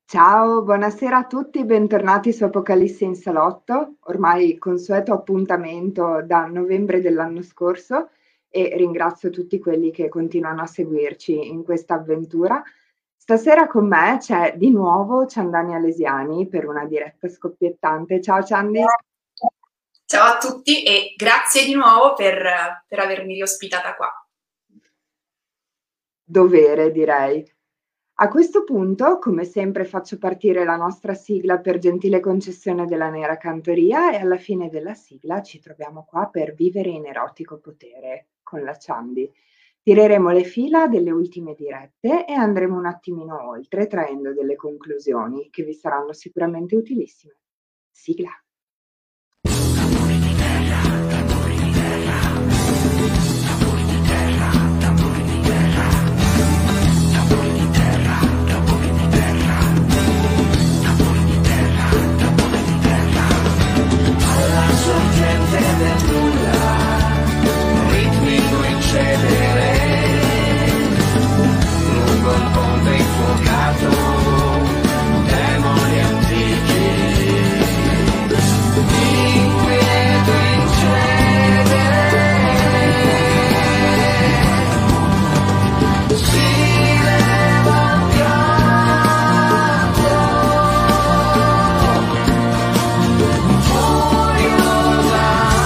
Ciao, buonasera a tutti, bentornati su Apocalisse in Salotto, ormai consueto appuntamento da novembre dell'anno scorso e ringrazio tutti quelli che continuano a seguirci in questa avventura. Stasera con me c'è di nuovo Ciandani Alesiani per una diretta scoppiettante. Ciao Ciandi. Ciao a tutti e grazie di nuovo per avermi riospitata qua. Dovere, direi. A questo punto, come sempre, faccio partire la nostra sigla per gentile concessione della Nera Cantoria e alla fine della sigla ci troviamo qua per vivere in erotico potere con la Ciandi. Tireremo le fila delle ultime dirette e andremo un attimino oltre, traendo delle conclusioni che vi saranno sicuramente utilissime. Sigla. Sorgente del nulla, ritmico incedere, lungo il ponte infuocato, demoni antichi, inquieto incedere, si leva un pianto, furiosa.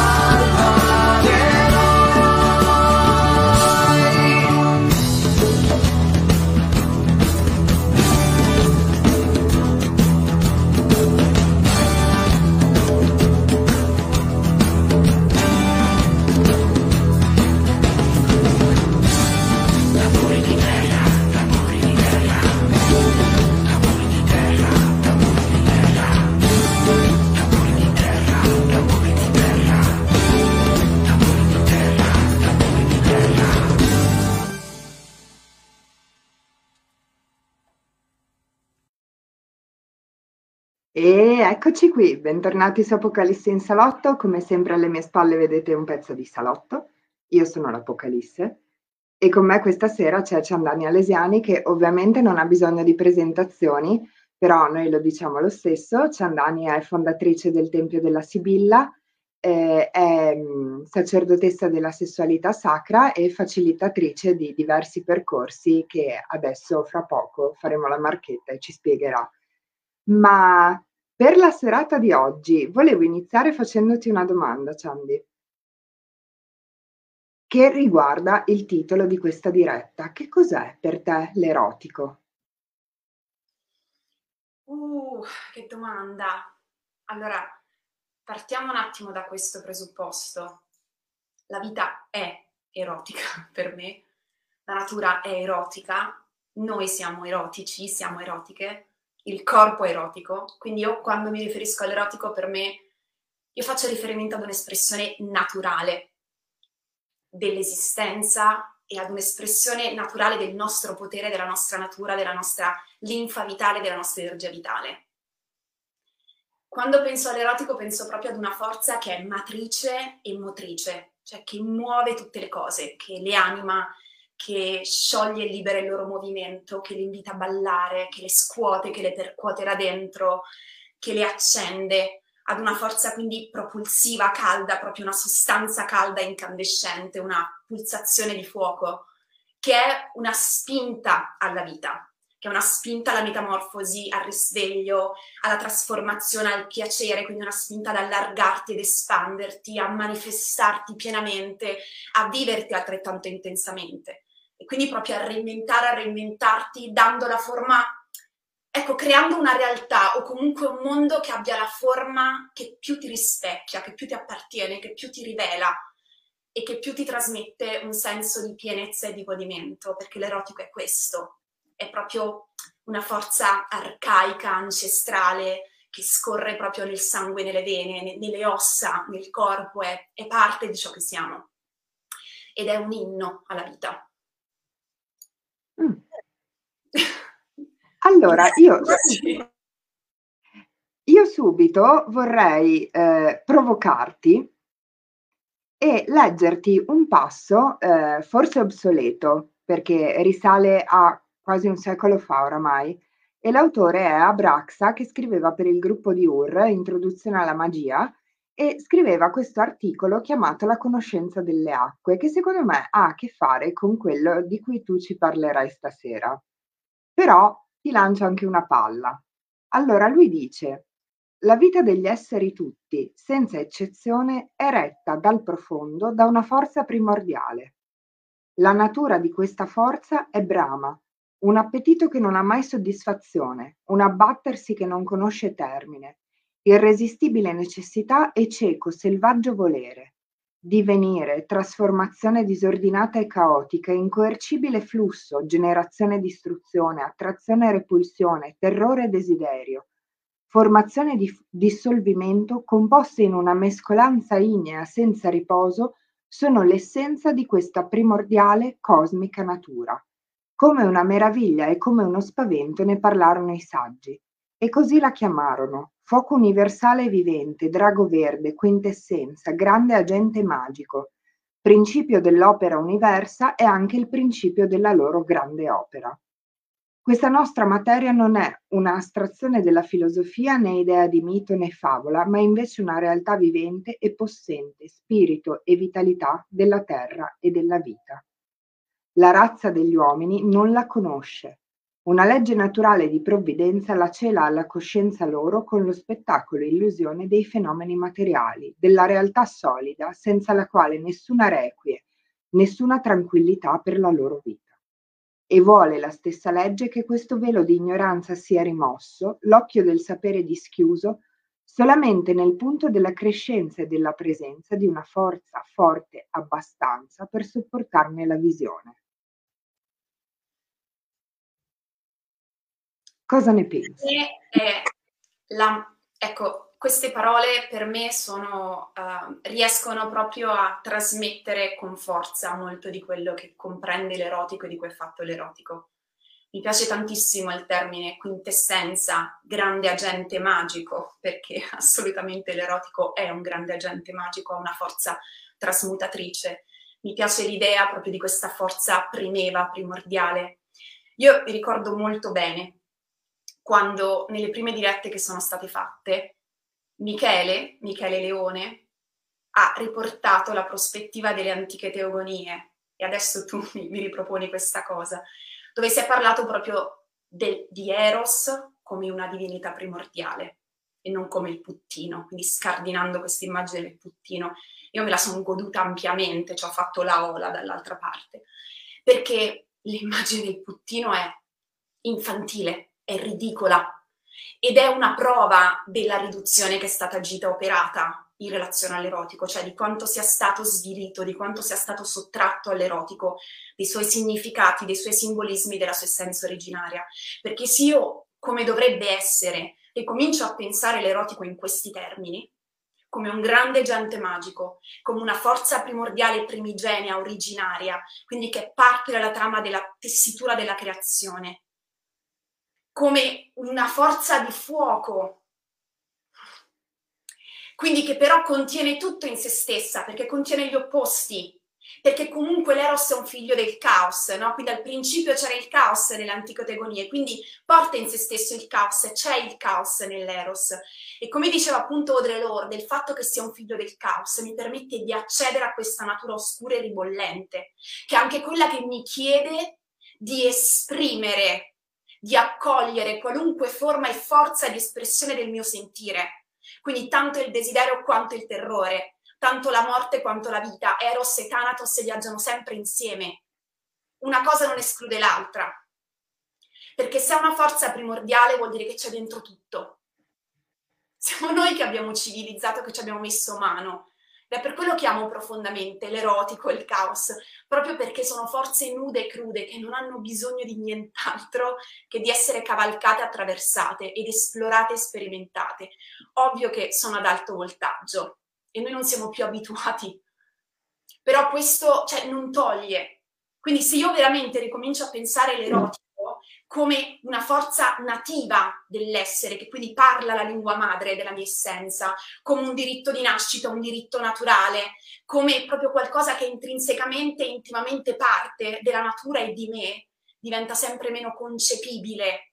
E eccoci qui, bentornati su Apocalisse in Salotto. Come sempre alle mie spalle vedete un pezzo di salotto. Io sono l'Apocalisse e con me questa sera c'è Ciandani Alesiani che ovviamente non ha bisogno di presentazioni, però noi lo diciamo lo stesso. Ciandani è fondatrice del Tempio della Sibilla, è sacerdotessa della sessualità sacra e facilitatrice di diversi percorsi che adesso fra poco faremo la marchetta e ci spiegherà. Ma per la serata di oggi volevo iniziare facendoti una domanda, Ciandi, che riguarda il titolo di questa diretta. Che cos'è per te l'erotico? Che domanda. Allora, partiamo un attimo da questo presupposto. La vita è erotica per me, la natura è erotica, noi siamo erotici, siamo erotiche, il corpo è erotico, quindi io quando mi riferisco all'erotico per me, io faccio riferimento ad un'espressione naturale dell'esistenza e ad un'espressione naturale del nostro potere, della nostra natura, della nostra linfa vitale, della nostra energia vitale. Quando penso all'erotico penso proprio ad una forza che è matrice e motrice, cioè che muove tutte le cose, che le anima, che scioglie e libera il loro movimento, che le invita a ballare, che le scuote, che le percuote da dentro, che le accende, ad una forza quindi propulsiva, calda, proprio una sostanza calda incandescente, una pulsazione di fuoco, che è una spinta alla vita, che è una spinta alla metamorfosi, al risveglio, alla trasformazione, al piacere, quindi una spinta ad allargarti ed espanderti, a manifestarti pienamente, a viverti altrettanto intensamente. E quindi proprio a reinventare, a reinventarti, dando la forma, ecco, creando una realtà o comunque un mondo che abbia la forma che più ti rispecchia, che più ti appartiene, che più ti rivela e che più ti trasmette un senso di pienezza e di godimento, perché l'erotico è questo, è proprio una forza arcaica, ancestrale, che scorre proprio nel sangue, nelle vene, nelle ossa, nel corpo, è parte di ciò che siamo ed è un inno alla vita. Mm. Allora, io subito vorrei provocarti e leggerti un passo, forse obsoleto, perché risale a quasi un secolo fa oramai, e l'autore è Abraxa, che scriveva per il gruppo di Ur, Introduzione alla magia, e scriveva questo articolo chiamato La conoscenza delle acque, che secondo me ha a che fare con quello di cui tu ci parlerai stasera. Però ti lancio anche una palla. Allora lui dice: la vita degli esseri tutti, senza eccezione, è retta dal profondo da una forza primordiale. La natura di questa forza è Brahma, un appetito che non ha mai soddisfazione, un abbattersi che non conosce termine, irresistibile necessità e cieco, selvaggio volere, divenire, trasformazione disordinata e caotica, incoercibile flusso, generazione e distruzione, attrazione e repulsione, terrore e desiderio, formazione e dissolvimento composte in una mescolanza ignea senza riposo, sono l'essenza di questa primordiale cosmica natura. Come una meraviglia e come uno spavento ne parlarono i saggi, e così la chiamarono: fuoco universale e vivente, drago verde, quintessenza, grande agente magico, principio dell'opera universa e anche il principio della loro grande opera. Questa nostra materia non è un'astrazione della filosofia né idea di mito né favola, ma invece una realtà vivente e possente, spirito e vitalità della terra e della vita. La razza degli uomini non la conosce. Una legge naturale di provvidenza la cela alla coscienza loro con lo spettacolo e illusione dei fenomeni materiali, della realtà solida, senza la quale nessuna requie, nessuna tranquillità per la loro vita. E vuole la stessa legge che questo velo di ignoranza sia rimosso, l'occhio del sapere dischiuso, solamente nel punto della crescenza e della presenza di una forza forte abbastanza per sopportarne la visione. Cosa ne pensi? Ecco, queste parole per me riescono proprio a trasmettere con forza molto di quello che comprende l'erotico e di cui è fatto l'erotico. Mi piace tantissimo il termine quintessenza, grande agente magico, perché assolutamente l'erotico è un grande agente magico, ha una forza trasmutatrice. Mi piace l'idea proprio di questa forza primordiale. Io mi ricordo molto bene quando nelle prime dirette che sono state fatte, Michele Leone, ha riportato la prospettiva delle antiche teogonie, e adesso tu mi riproponi questa cosa, dove si è parlato proprio di Eros come una divinità primordiale e non come il puttino, quindi scardinando questa immagine del puttino. Io me la sono goduta ampiamente, ci ho fatto la ola dall'altra parte, perché l'immagine del puttino è infantile, è ridicola ed è una prova della riduzione che è stata agita operata in relazione all'erotico, cioè di quanto sia stato svilito, di quanto sia stato sottratto all'erotico, dei suoi significati, dei suoi simbolismi, della sua essenza originaria. Perché se io, come dovrebbe essere, ricomincio a pensare l'erotico in questi termini, come un grande agente magico, come una forza primordiale, primigenia, originaria, quindi che è parte della trama della tessitura della creazione, come una forza di fuoco, quindi che però contiene tutto in se stessa, perché contiene gli opposti, perché comunque l'Eros è un figlio del caos, no? Quindi al principio c'era il caos nelle antiche teogonie, quindi porta in se stesso il caos, c'è il caos nell'Eros. E come diceva appunto Audre Lorde, il fatto che sia un figlio del caos mi permette di accedere a questa natura oscura e ribollente, che è anche quella che mi chiede di esprimere, di accogliere qualunque forma e forza di espressione del mio sentire. Quindi tanto il desiderio quanto il terrore, tanto la morte quanto la vita, Eros e Thanatos viaggiano sempre insieme. Una cosa non esclude l'altra. Perché se è una forza primordiale vuol dire che c'è dentro tutto. Siamo noi che abbiamo civilizzato, che ci abbiamo messo mano. Ed è per quello che amo profondamente l'erotico e il caos, proprio perché sono forze nude e crude che non hanno bisogno di nient'altro che di essere cavalcate, attraversate ed esplorate e sperimentate. Ovvio che sono ad alto voltaggio e noi non siamo più abituati, però questo non toglie. Quindi se io veramente ricomincio a pensare l'erotico come una forza nativa dell'essere, che quindi parla la lingua madre della mia essenza, come un diritto di nascita, un diritto naturale, come proprio qualcosa che intrinsecamente, intimamente parte della natura e di me, diventa sempre meno concepibile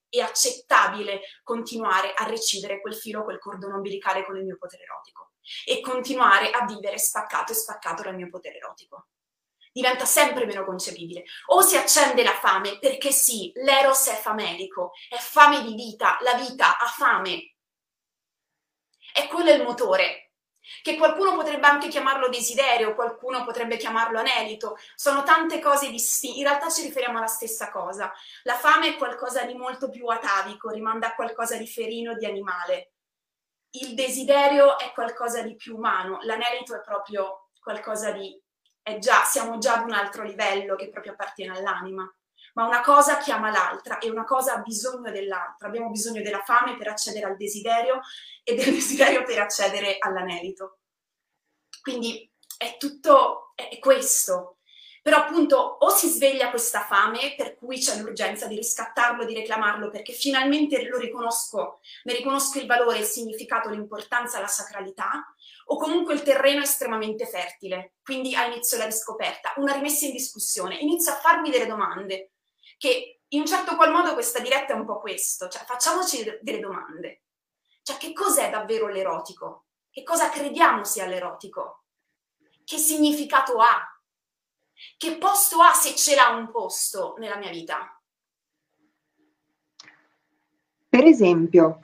e accettabile continuare a recidere quel filo, quel cordone ombelicale con il mio potere erotico e continuare a vivere spaccato e spaccato dal mio potere erotico. Diventa sempre meno concepibile. O si accende la fame, perché sì, l'eros è famelico, è fame di vita, la vita ha fame. E quello è il motore, che qualcuno potrebbe anche chiamarlo desiderio, qualcuno potrebbe chiamarlo anelito, sono tante cose distinte, in realtà ci riferiamo alla stessa cosa. La fame è qualcosa di molto più atavico, rimanda a qualcosa di ferino, di animale. Il desiderio è qualcosa di più umano, l'anelito è proprio qualcosa di... siamo già ad un altro livello che proprio appartiene all'anima. Ma una cosa chiama l'altra e una cosa ha bisogno dell'altra. Abbiamo bisogno della fame per accedere al desiderio e del desiderio per accedere all'anelito. Quindi è tutto, è questo. Però appunto o si sveglia questa fame per cui c'è l'urgenza di riscattarlo, di reclamarlo, perché finalmente lo riconosco, ne riconosco il valore, il significato, l'importanza, la sacralità, o comunque il terreno è estremamente fertile, quindi ha inizio la riscoperta, una rimessa in discussione, inizio a farmi delle domande, che in un certo qual modo questa diretta è un po' questo, cioè facciamoci delle domande. Cioè che cos'è davvero l'erotico? Che cosa crediamo sia l'erotico? Che significato ha? Che posto ha, se ce l'ha un posto nella mia vita? Per esempio,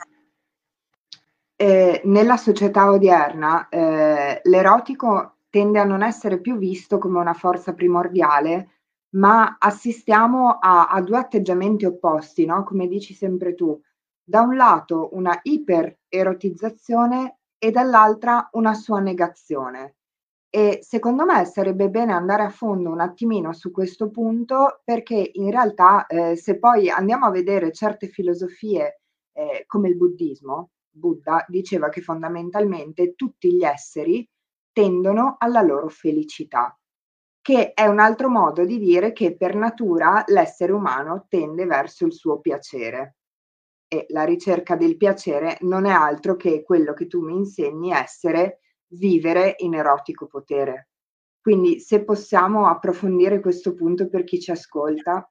nella società odierna l'erotico tende a non essere più visto come una forza primordiale, ma assistiamo a due atteggiamenti opposti, no? Come dici sempre tu. Da un lato una ipererotizzazione e dall'altra una sua negazione. E secondo me sarebbe bene andare a fondo un attimino su questo punto, perché in realtà se poi andiamo a vedere certe filosofie come il buddismo, Buddha diceva che fondamentalmente tutti gli esseri tendono alla loro felicità, che è un altro modo di dire che per natura l'essere umano tende verso il suo piacere. E la ricerca del piacere non è altro che quello che tu mi insegni essere vivere in erotico potere. Quindi se possiamo approfondire questo punto per chi ci ascolta.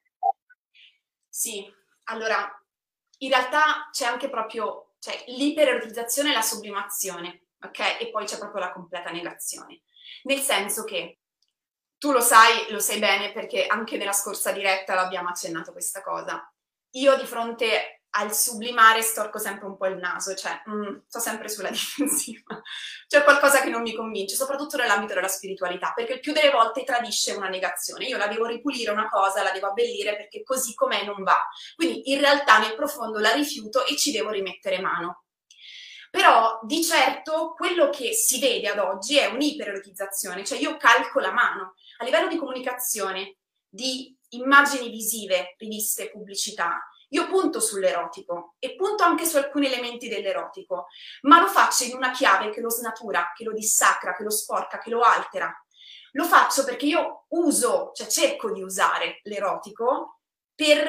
Sì, allora, in realtà c'è anche proprio l'ipererotizzazione e la sublimazione, ok? E poi c'è proprio la completa negazione. Nel senso che tu lo sai bene perché anche nella scorsa diretta l'abbiamo accennato questa cosa. Io di fronte al sublimare storco sempre un po' il naso, cioè sto sempre sulla difensiva. C'è qualcosa che non mi convince, soprattutto nell'ambito della spiritualità, perché il più delle volte tradisce una negazione. Io la devo ripulire una cosa, la devo abbellire perché così com'è non va. Quindi in realtà nel profondo la rifiuto e ci devo rimettere mano. Però di certo quello che si vede ad oggi è un'ipererotizzazione, cioè io calco la mano. A livello di comunicazione, di immagini visive, riviste, pubblicità, io punto sull'erotico e punto anche su alcuni elementi dell'erotico, ma lo faccio in una chiave che lo snatura, che lo dissacra, che lo sporca, che lo altera. Lo faccio perché io uso, cioè cerco di usare l'erotico per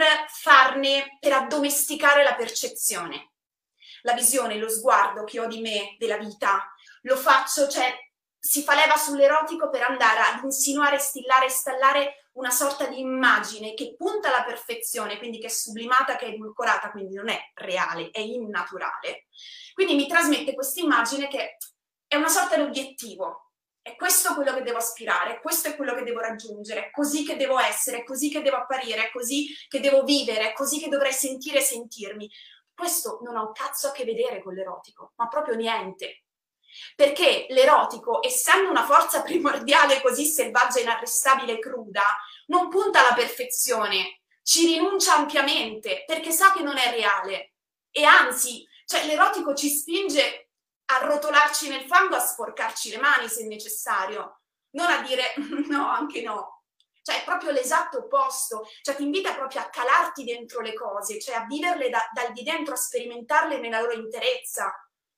addomesticare la percezione, la visione, lo sguardo che ho di me, della vita. Lo faccio, cioè si fa leva sull'erotico per andare ad insinuare, stillare, installare una sorta di immagine che punta alla perfezione, quindi che è sublimata, che è edulcorata, quindi non è reale, è innaturale. Quindi mi trasmette questa immagine che è una sorta di obiettivo. È questo quello che devo aspirare, questo è quello che devo raggiungere, è così che devo essere, è così che devo apparire, è così che devo vivere, è così che dovrei sentire e sentirmi. Questo non ha un cazzo a che vedere con l'erotico, ma proprio niente. Perché l'erotico, essendo una forza primordiale così selvaggia, inarrestabile e cruda, non punta alla perfezione, ci rinuncia ampiamente perché sa che non è reale. E anzi, cioè l'erotico ci spinge a rotolarci nel fango, a sporcarci le mani se necessario, non a dire no, anche no. Cioè è proprio l'esatto opposto, cioè ti invita proprio a calarti dentro le cose, cioè a viverle dal di dentro, a sperimentarle nella loro interezza.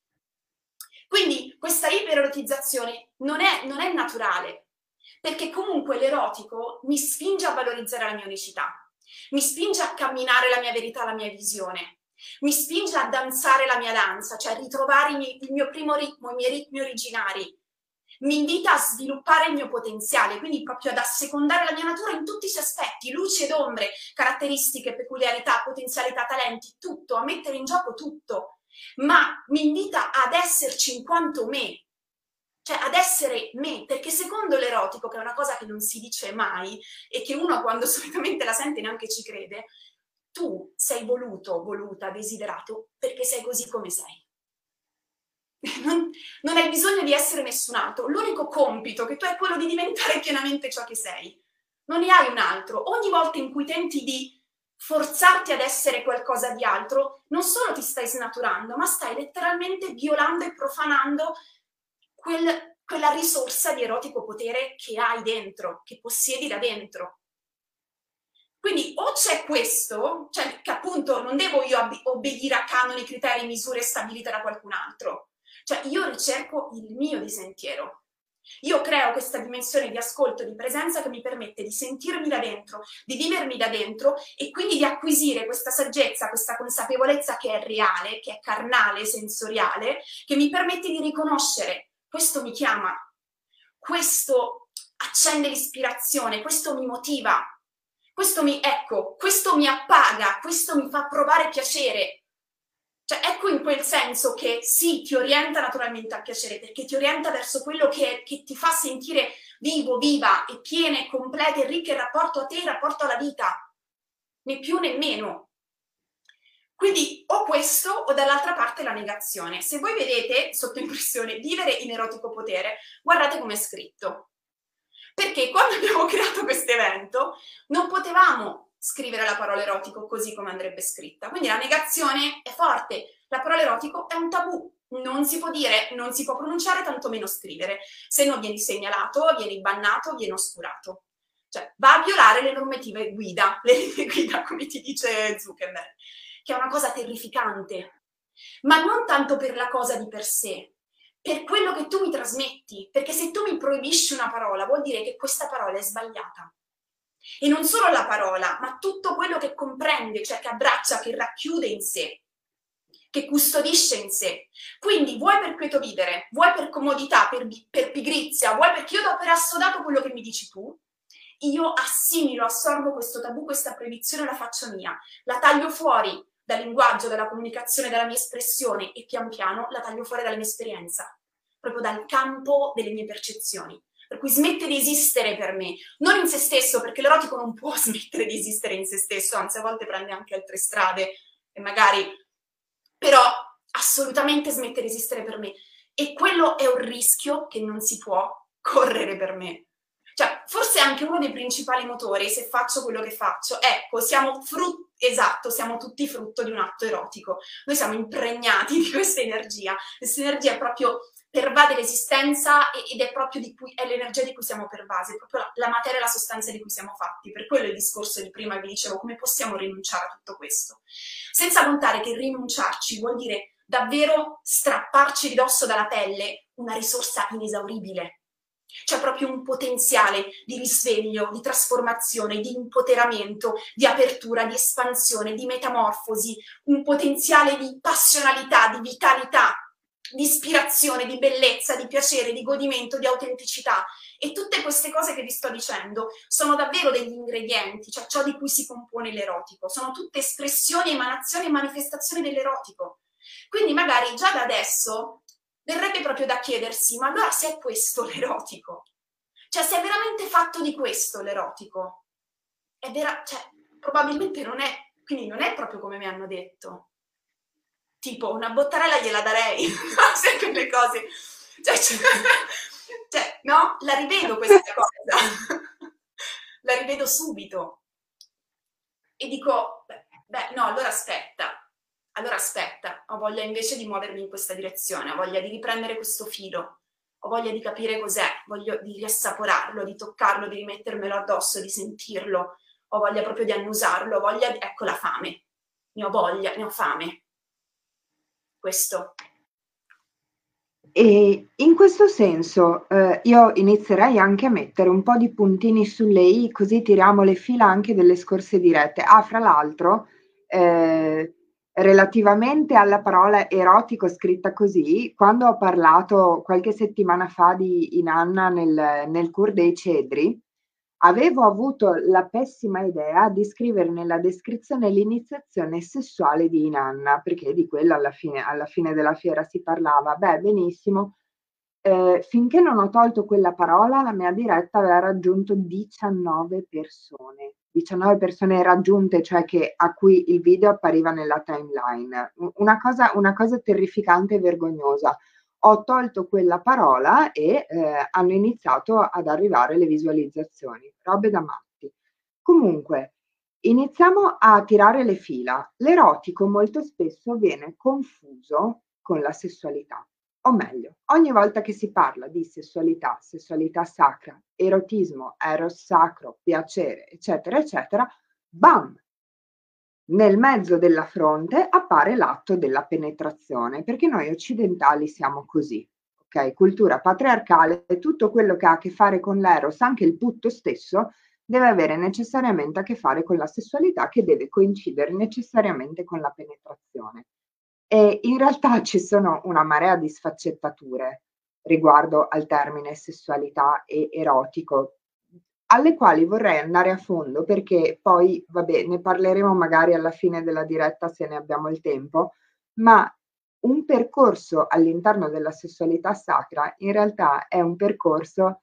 Quindi questa ipererotizzazione non è naturale, perché comunque l'erotico mi spinge a valorizzare la mia unicità, mi spinge a camminare la mia verità, la mia visione, mi spinge a danzare la mia danza, cioè a ritrovare il mio primo ritmo, i miei ritmi originari. mi invita a sviluppare il mio potenziale, quindi proprio ad assecondare la mia natura in tutti i suoi aspetti, luci ed ombre, caratteristiche, peculiarità, potenzialità, talenti, tutto, a mettere in gioco tutto, ma mi invita ad esserci in quanto me, cioè ad essere me, perché secondo l'erotico, che è una cosa che non si dice mai e che uno quando solitamente la sente neanche ci crede, tu sei voluto, voluta, desiderato perché sei così come sei. Non hai bisogno di essere nessun altro, l'unico compito che tu hai è quello di diventare pienamente ciò che sei, non ne hai un altro. Ogni volta in cui tenti di forzarti ad essere qualcosa di altro, non solo ti stai snaturando, ma stai letteralmente violando e profanando quella risorsa di erotico potere che hai dentro, che possiedi da dentro. Quindi o c'è questo, cioè che appunto non devo io obbedire a canoni, criteri, misure stabilite da qualcun altro, cioè io ricerco il mio di sentiero. Io creo questa dimensione di ascolto, di presenza che mi permette di sentirmi da dentro, di vivermi da dentro e quindi di acquisire questa saggezza, questa consapevolezza che è reale, che è carnale, sensoriale, che mi permette di riconoscere: questo mi chiama, questo accende l'ispirazione, questo mi motiva, questo mi appaga, questo mi fa provare piacere. Cioè, ecco in quel senso che sì, ti orienta naturalmente al piacere, perché ti orienta verso quello che ti fa sentire vivo, viva e piena e completa e ricca in rapporto a te, in rapporto alla vita, né più né meno. Quindi o questo o dall'altra parte la negazione. Se voi vedete sotto impressione vivere in erotico potere, guardate come è scritto. Perché quando abbiamo creato questo evento non potevamo scrivere la parola erotico così come andrebbe scritta. Quindi la negazione è forte. La parola erotico è un tabù. Non si può dire, non si può pronunciare, tantomeno scrivere. Se no vieni segnalato, vieni bannato, vieni oscurato. Cioè va a violare le normative guida, le linee guida, come ti dice Zuckerberg, che è una cosa terrificante. Ma non tanto per la cosa di per sé, per quello che tu mi trasmetti, perché se tu mi proibisci una parola vuol dire che questa parola è sbagliata. E non solo la parola, ma tutto quello che comprende, cioè che abbraccia, che racchiude in sé, che custodisce in sé. Quindi vuoi per quieto vivere, vuoi per comodità, per pigrizia, vuoi perché io do per assodato quello che mi dici tu, io assimilo, assorbo questo tabù, questa proibizione, la faccio mia, la taglio fuori dal linguaggio, dalla comunicazione, dalla mia espressione e pian piano la taglio fuori dalla mia esperienza, proprio dal campo delle mie percezioni. Per cui smette di esistere per me, non in se stesso, perché l'erotico non può smettere di esistere in se stesso, anzi a volte prende anche altre strade e magari, però assolutamente smette di esistere per me. E quello è un rischio che non si può correre per me. Cioè, forse è anche uno dei principali motori, se faccio quello che faccio. Ecco, siamo tutti frutto di un atto erotico. Noi siamo impregnati di questa energia. Questa energia proprio pervade l'esistenza ed è proprio è l'energia di cui siamo pervasi, è proprio la materia e la sostanza di cui siamo fatti. Per quello il discorso di prima vi dicevo, come possiamo rinunciare a tutto questo? Senza contare che rinunciarci vuol dire davvero strapparci di dosso dalla pelle una risorsa inesauribile. C'è proprio un potenziale di risveglio, di trasformazione, di empoderamento, di apertura, di espansione, di metamorfosi, un potenziale di passionalità, di vitalità, di ispirazione, di bellezza, di piacere, di godimento, di autenticità. E tutte queste cose che vi sto dicendo sono davvero degli ingredienti, cioè ciò di cui si compone l'erotico. Sono tutte espressioni, emanazioni e manifestazioni dell'erotico. Quindi magari già da adesso verrebbe proprio da chiedersi, ma allora se è questo l'erotico? Cioè se è veramente fatto di questo l'erotico? Cioè, probabilmente non è, quindi non è proprio come mi hanno detto. Tipo, una bottarella gliela darei, sempre le cose. Cioè, no? La rivedo questa cosa. La rivedo subito. E dico, beh, no, allora aspetta, ho voglia invece di muovermi in questa direzione, ho voglia di riprendere questo filo, ho voglia di capire cos'è, voglio di riassaporarlo, di toccarlo, di rimettermelo addosso, di sentirlo, ho voglia proprio di annusarlo, ho voglia di... Ecco la fame, ne ho voglia, ne ho fame. Questo. E in questo senso io inizierei anche a mettere un po' di puntini sulle i, così tiriamo le fila anche delle scorse dirette. Ah, fra l'altro, relativamente alla parola erotico scritta così, quando ho parlato qualche settimana fa di Inanna nel Cur dei Cedri, avevo avuto la pessima idea di scrivere nella descrizione l'iniziazione sessuale di Inanna, perché di quello alla fine della fiera si parlava. Beh, benissimo. Finché non ho tolto quella parola, la mia diretta aveva raggiunto 19 persone. 19 persone raggiunte, cioè a cui il video appariva nella timeline. Una cosa terrificante e vergognosa. Ho tolto quella parola e hanno iniziato ad arrivare le visualizzazioni. Robe da matti. Comunque, iniziamo a tirare le fila. L'erotico molto spesso viene confuso con la sessualità. O meglio, ogni volta che si parla di sessualità, sessualità sacra, erotismo, eros sacro, piacere, eccetera, eccetera, bam! Nel mezzo della fronte appare l'atto della penetrazione, perché noi occidentali siamo così, ok? Cultura patriarcale, tutto quello che ha a che fare con l'eros, anche il putto stesso, deve avere necessariamente a che fare con la sessualità, che deve coincidere necessariamente con la penetrazione. E in realtà ci sono una marea di sfaccettature riguardo al termine sessualità e erotico, alle quali vorrei andare a fondo perché poi, vabbè, ne parleremo magari alla fine della diretta se ne abbiamo il tempo, ma un percorso all'interno della sessualità sacra in realtà è un percorso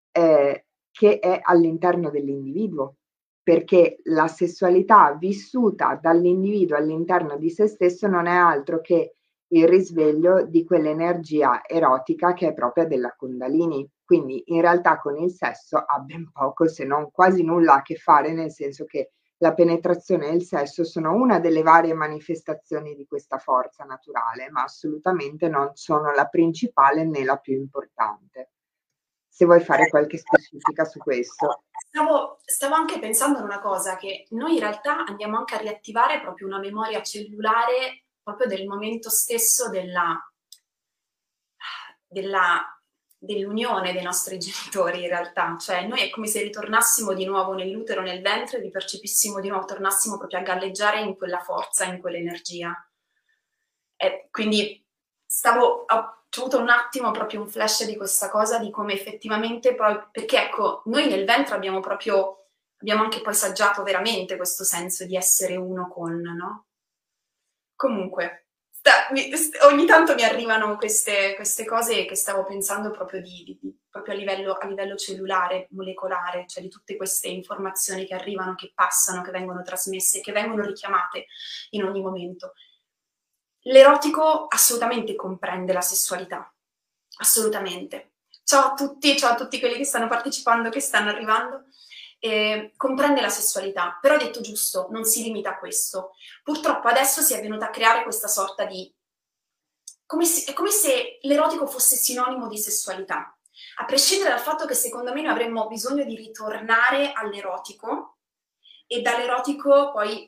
che è all'interno dell'individuo, perché la sessualità vissuta dall'individuo all'interno di se stesso non è altro che il risveglio di quell'energia erotica che è propria della Kundalini. Quindi in realtà con il sesso ha ben poco, se non quasi nulla a che fare, nel senso che la penetrazione e il sesso sono una delle varie manifestazioni di questa forza naturale, ma assolutamente non sono la principale né la più importante. Se vuoi fare qualche specifica su questo. Stavo anche pensando in una cosa, che noi in realtà andiamo anche a riattivare proprio una memoria cellulare proprio del momento stesso dell'unione dei nostri genitori in realtà, cioè noi è come se ritornassimo di nuovo nell'utero, nel ventre, ripercepissimo di nuovo, tornassimo proprio a galleggiare in quella forza, in quell'energia. E quindi ho avuto un attimo proprio un flash di questa cosa, di come effettivamente, perché ecco, noi nel ventre abbiamo anche poi saggiato veramente questo senso di essere uno con, no? Comunque, ogni tanto mi arrivano queste cose che stavo pensando proprio, proprio a livello cellulare, molecolare, cioè di tutte queste informazioni che arrivano, che passano, che vengono trasmesse, che vengono richiamate in ogni momento. L'erotico assolutamente comprende la sessualità, assolutamente. Ciao a tutti quelli che stanno partecipando, che stanno arrivando. Comprende la sessualità, però detto giusto, non si limita a questo. Purtroppo adesso si è venuta a creare questa sorta di... è come se l'erotico fosse sinonimo di sessualità, a prescindere dal fatto che secondo me noi avremmo bisogno di ritornare all'erotico e dall'erotico poi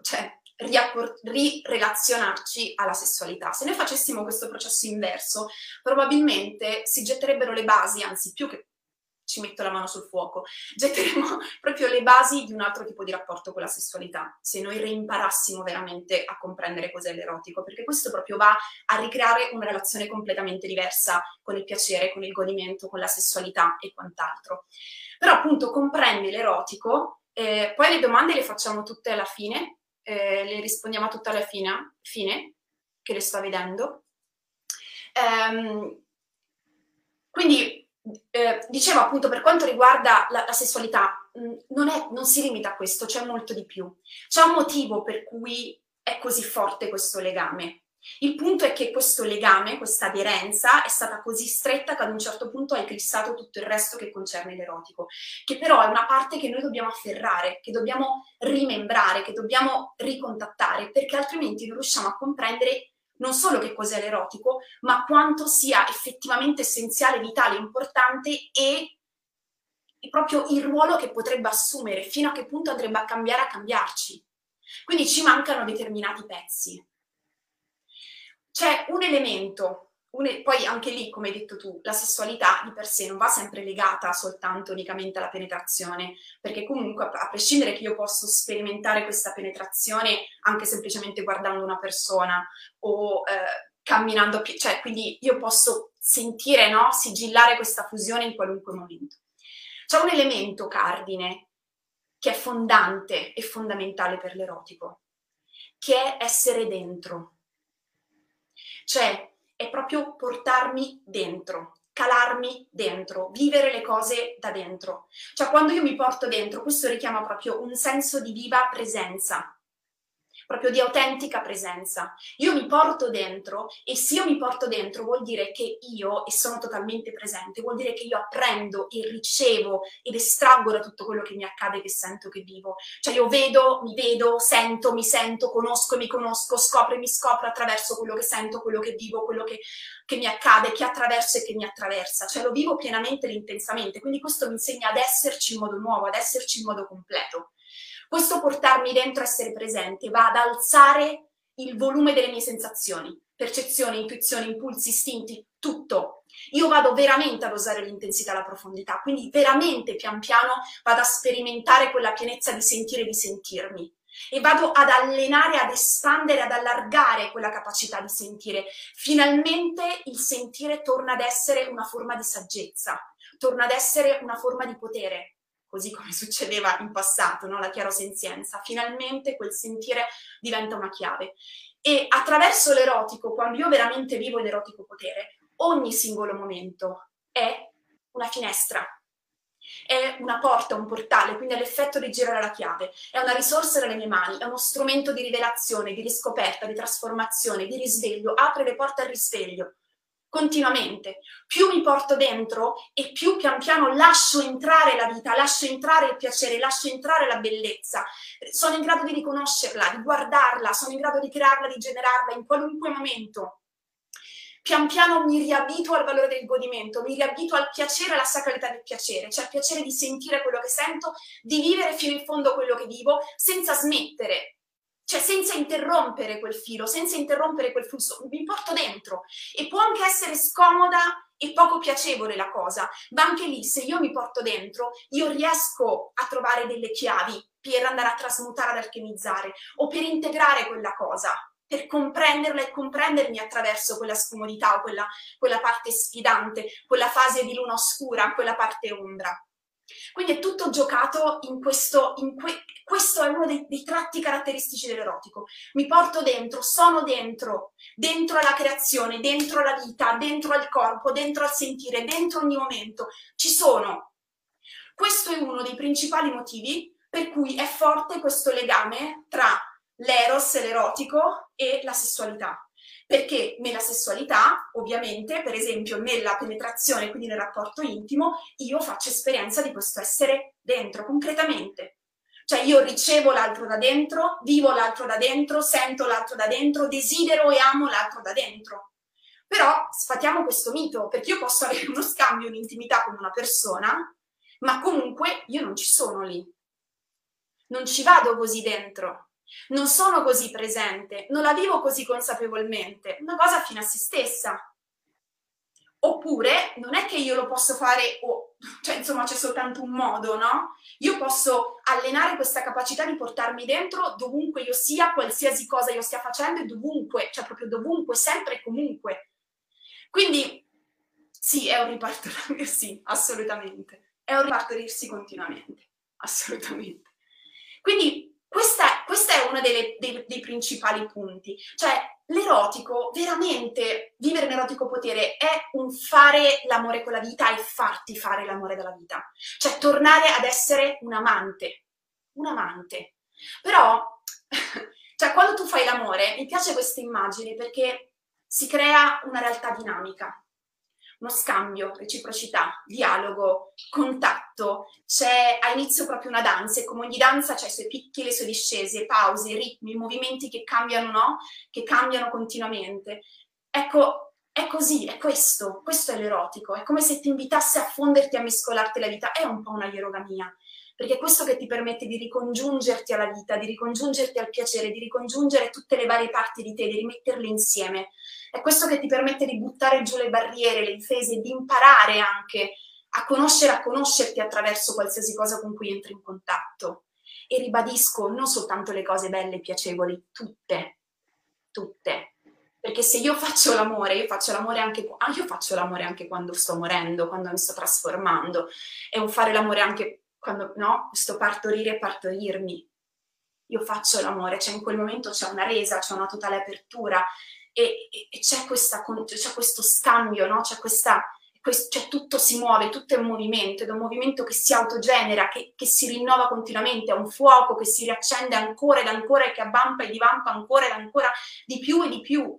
rirelazionarci alla sessualità. Se noi facessimo questo processo inverso, probabilmente si getterebbero le basi, anzi più che ci metto la mano sul fuoco, getteremo proprio le basi di un altro tipo di rapporto con la sessualità, se noi reimparassimo veramente a comprendere cos'è l'erotico, perché questo proprio va a ricreare una relazione completamente diversa con il piacere, con il godimento, con la sessualità e quant'altro. Però appunto comprende l'erotico, poi le domande le facciamo tutte alla fine, le rispondiamo a tutte alla fine, che le sto vedendo. Quindi dicevo appunto, per quanto riguarda la sessualità, non si limita a questo, c'è molto di più. C'è un motivo per cui è così forte questo legame. Il punto è che questo legame, questa aderenza, è stata così stretta che ad un certo punto ha eclissato tutto il resto che concerne l'erotico, che però è una parte che noi dobbiamo afferrare, che dobbiamo rimembrare, che dobbiamo ricontattare, perché altrimenti non riusciamo a comprendere non solo che cos'è l'erotico, ma quanto sia effettivamente essenziale, vitale, importante e proprio il ruolo che potrebbe assumere, fino a che punto andrebbe a cambiare, a cambiarci. Quindi ci mancano determinati pezzi. C'è un elemento poi anche lì, come hai detto tu, la sessualità di per sé non va sempre legata soltanto unicamente alla penetrazione, perché comunque a prescindere che io posso sperimentare questa penetrazione anche semplicemente guardando una persona o camminando, cioè quindi io posso sentire, no, sigillare questa fusione in qualunque momento. C'è un elemento cardine che è fondante e fondamentale per l'erotico, che è essere dentro. Cioè, è proprio portarmi dentro, calarmi dentro, vivere le cose da dentro. Cioè, quando io mi porto dentro, questo richiama proprio un senso di viva presenza, proprio di autentica presenza. Io mi porto dentro, e se io mi porto dentro vuol dire che io, e sono totalmente presente, vuol dire che io apprendo e ricevo ed estraggo da tutto quello che mi accade, che sento, che vivo. Cioè io vedo, sento, mi sento, conosco e mi conosco, scopro e mi scopro attraverso quello che sento, quello che vivo, quello che mi accade, che attraverso e che mi attraversa. Cioè lo vivo pienamente e intensamente. Quindi questo mi insegna ad esserci in modo nuovo, ad esserci in modo completo. Questo portarmi dentro, essere presente, va ad alzare il volume delle mie sensazioni, percezioni, intuizioni, impulsi, istinti, tutto. Io vado veramente ad osare l'intensità e la profondità, quindi veramente pian piano vado a sperimentare quella pienezza di sentire e di sentirmi. E vado ad allenare, ad espandere, ad allargare quella capacità di sentire. Finalmente il sentire torna ad essere una forma di saggezza, torna ad essere una forma di potere. Così come succedeva in passato, no? La chiarosenzienza, finalmente quel sentire diventa una chiave. E attraverso l'erotico, quando io veramente vivo l'erotico potere, ogni singolo momento è una finestra, è una porta, un portale, quindi è l'effetto di girare la chiave, è una risorsa nelle mie mani, è uno strumento di rivelazione, di riscoperta, di trasformazione, di risveglio, apre le porte al risveglio. Continuamente, più mi porto dentro e più pian piano lascio entrare la vita, lascio entrare il piacere, lascio entrare la bellezza, sono in grado di riconoscerla, di guardarla, sono in grado di crearla, di generarla in qualunque momento. Pian piano mi riabituo al valore del godimento, mi riabituo al piacere, alla sacralità del piacere, cioè il piacere di sentire quello che sento, di vivere fino in fondo quello che vivo, senza smettere. Cioè senza interrompere quel filo, senza interrompere quel flusso, mi porto dentro. E può anche essere scomoda e poco piacevole la cosa, ma anche lì se io mi porto dentro, io riesco a trovare delle chiavi per andare a trasmutare, ad alchemizzare, o per integrare quella cosa, per comprenderla e comprendermi attraverso quella scomodità o quella parte sfidante, quella fase di luna oscura, quella parte ombra. Quindi è tutto giocato in questo è uno dei tratti caratteristici dell'erotico. Mi porto dentro, sono dentro alla creazione, dentro alla vita, dentro al corpo, dentro al sentire, dentro ogni momento. Ci sono. Questo è uno dei principali motivi per cui è forte questo legame tra l'eros, l'erotico e la sessualità. Perché nella sessualità, ovviamente, per esempio nella penetrazione, quindi nel rapporto intimo, io faccio esperienza di questo essere dentro, concretamente. Cioè io ricevo l'altro da dentro, vivo l'altro da dentro, sento l'altro da dentro, desidero e amo l'altro da dentro. Però sfatiamo questo mito, perché io posso avere uno scambio, un'intimità con una persona, ma comunque io non ci sono lì. Non ci vado così dentro. Non sono così presente, non la vivo così consapevolmente, una cosa fine a se stessa. Oppure non è che io lo posso fare, cioè insomma c'è soltanto un modo, no? Io posso allenare questa capacità di portarmi dentro dovunque io sia, qualsiasi cosa io stia facendo e dovunque, cioè proprio dovunque, sempre e comunque. Quindi sì, è un ripartorirsi, sì, assolutamente. È un ripartorirsi continuamente, assolutamente. Quindi questo è uno dei principali punti, cioè l'erotico, veramente vivere un erotico potere è un fare l'amore con la vita e farti fare l'amore della vita, cioè tornare ad essere un amante, però cioè quando tu fai l'amore mi piace questa immagine perché si crea una realtà dinamica, uno scambio, reciprocità, dialogo, contatto, c'è a inizio proprio una danza e come ogni danza c'è i suoi picchi, le sue discese, pause, ritmi, movimenti che cambiano, no? Che cambiano continuamente. Ecco, è così, è questo è l'erotico, è come se ti invitasse a fonderti, a mescolarti la vita, è un po' una ierogamia, perché è questo che ti permette di ricongiungerti alla vita, di ricongiungerti al piacere, di ricongiungere tutte le varie parti di te, di rimetterle insieme. È questo che ti permette di buttare giù le barriere, le difese, di imparare anche a conoscerti attraverso qualsiasi cosa con cui entri in contatto. E ribadisco, non soltanto le cose belle e piacevoli, tutte. Perché se io faccio l'amore anche quando sto morendo, quando mi sto trasformando. È un fare l'amore anche quando, no? Sto partorire e partorirmi. Io faccio l'amore, cioè in quel momento c'è una resa, c'è una totale apertura e c'è questo scambio, no? Cioè tutto si muove, tutto è un movimento, ed è un movimento che si autogenera, che si rinnova continuamente, è un fuoco che si riaccende ancora ed ancora e che abbampa e divampa ancora ed ancora di più e di più.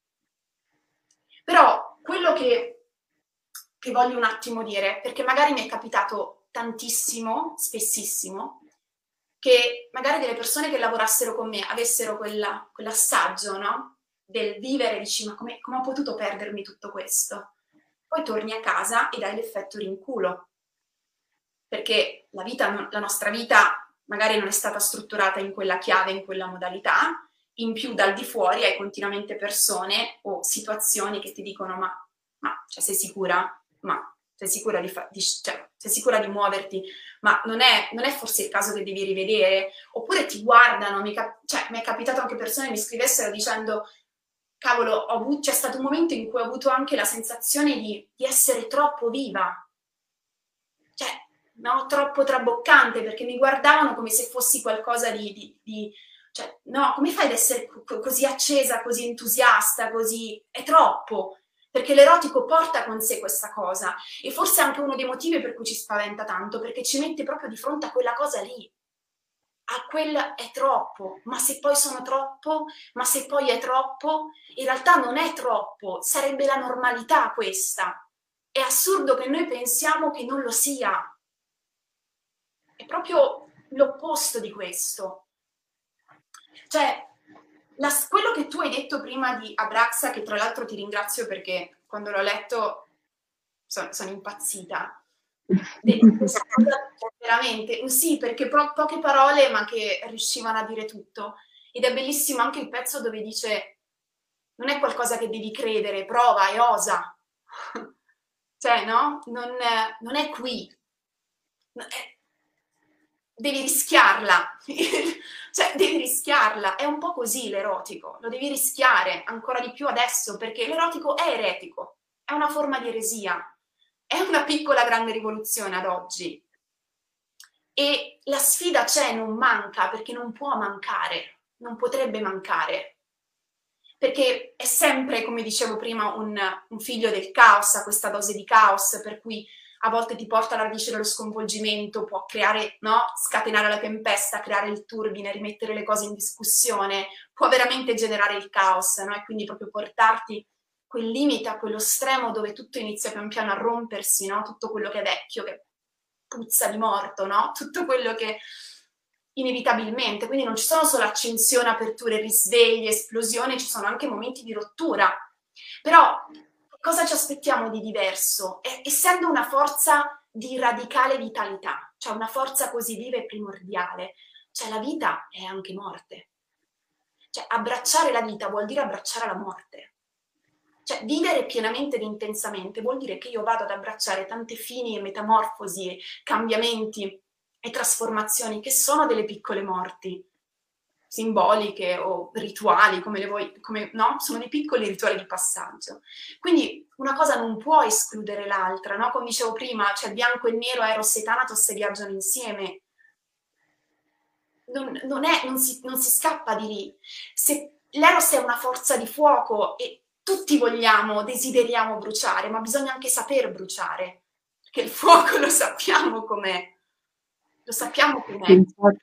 Però quello che voglio un attimo dire, perché magari mi è capitato tantissimo, spessissimo, che magari delle persone che lavorassero con me avessero quell'assaggio, no? Del vivere, dici, ma come ho potuto perdermi tutto questo? Poi torni a casa ed hai l'effetto rinculo, perché la nostra vita magari non è stata strutturata in quella chiave, in quella modalità, in più dal di fuori hai continuamente persone o situazioni che ti dicono ma cioè, sei sicura? Ma sei sicura sei sicura di muoverti? Ma non è forse il caso che devi rivedere? Oppure ti guardano, mi è capitato anche persone che mi scrivessero dicendo cavolo, c'è stato un momento in cui ho avuto anche la sensazione di essere troppo viva, cioè, no, troppo traboccante, perché mi guardavano come se fossi qualcosa cioè, no, come fai ad essere così accesa, così entusiasta, così... È troppo, perché l'erotico porta con sé questa cosa, e forse è anche uno dei motivi per cui ci spaventa tanto, perché ci mette proprio di fronte a quella cosa lì. A quella è troppo, ma se poi sono troppo, ma se poi è troppo, in realtà non è troppo, sarebbe la normalità questa. È assurdo che noi pensiamo che non lo sia. È proprio l'opposto di questo. Cioè, quello che tu hai detto prima di Abraxa, che tra l'altro ti ringrazio perché quando l'ho letto sono impazzita. Veramente, sì, perché poche parole ma che riuscivano a dire tutto, ed è bellissimo anche il pezzo dove dice non è qualcosa che devi credere, prova e osa, cioè no, non è qui, devi rischiarla, cioè devi rischiarla, è un po' così l'erotico, lo devi rischiare ancora di più adesso, perché l'erotico è eretico, è una forma di eresia. È una piccola grande rivoluzione ad oggi, e la sfida c'è, non manca, perché non può mancare, non potrebbe mancare, perché è sempre, come dicevo prima, un figlio del caos, ha questa dose di caos, per cui a volte ti porta alla radice dello sconvolgimento, può creare, no? Scatenare la tempesta, creare il turbine, rimettere le cose in discussione, può veramente generare il caos, no? E quindi proprio portarti quel limite, a quello stremo dove tutto inizia pian piano a rompersi, no? Tutto quello che è vecchio, che puzza di morto, no? Tutto quello che inevitabilmente, quindi non ci sono solo accensioni, aperture, risvegli, esplosioni, ci sono anche momenti di rottura. Però cosa ci aspettiamo di diverso? Essendo una forza di radicale vitalità, cioè una forza così viva e primordiale, cioè la vita è anche morte. Cioè abbracciare la vita vuol dire abbracciare la morte. Cioè, vivere pienamente ed intensamente vuol dire che io vado ad abbracciare tante fini e metamorfosi, e cambiamenti e trasformazioni che sono delle piccole morti, simboliche o rituali, come le vuoi, no? Sono dei piccoli rituali di passaggio. Quindi una cosa non può escludere l'altra, no? Come dicevo prima, cioè bianco e nero, Eros e Thanatos viaggiano insieme. Non si scappa di lì. Se l'Eros è una forza di fuoco e tutti desideriamo bruciare, ma bisogna anche saper bruciare, perché il fuoco lo sappiamo com'è. Lo sappiamo com'è.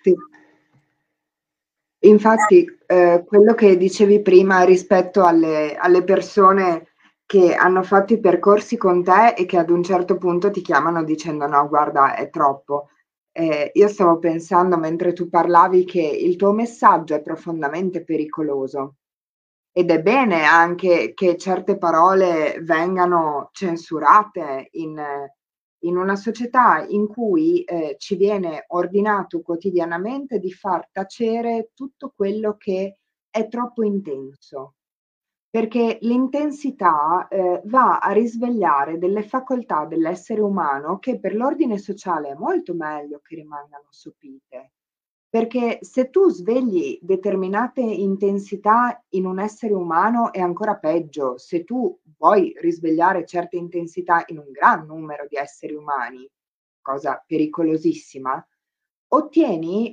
Infatti quello che dicevi prima rispetto alle persone che hanno fatto i percorsi con te e che ad un certo punto ti chiamano dicendo no, guarda, è troppo. Io stavo pensando mentre tu parlavi che il tuo messaggio è profondamente pericoloso. Ed è bene anche che certe parole vengano censurate in in una società in cui ci viene ordinato quotidianamente di far tacere tutto quello che è troppo intenso, perché l'intensità va a risvegliare delle facoltà dell'essere umano che per l'ordine sociale è molto meglio che rimangano sopite. Perché se tu svegli determinate intensità in un essere umano è ancora peggio, se tu vuoi risvegliare certe intensità in un gran numero di esseri umani, cosa pericolosissima, ottieni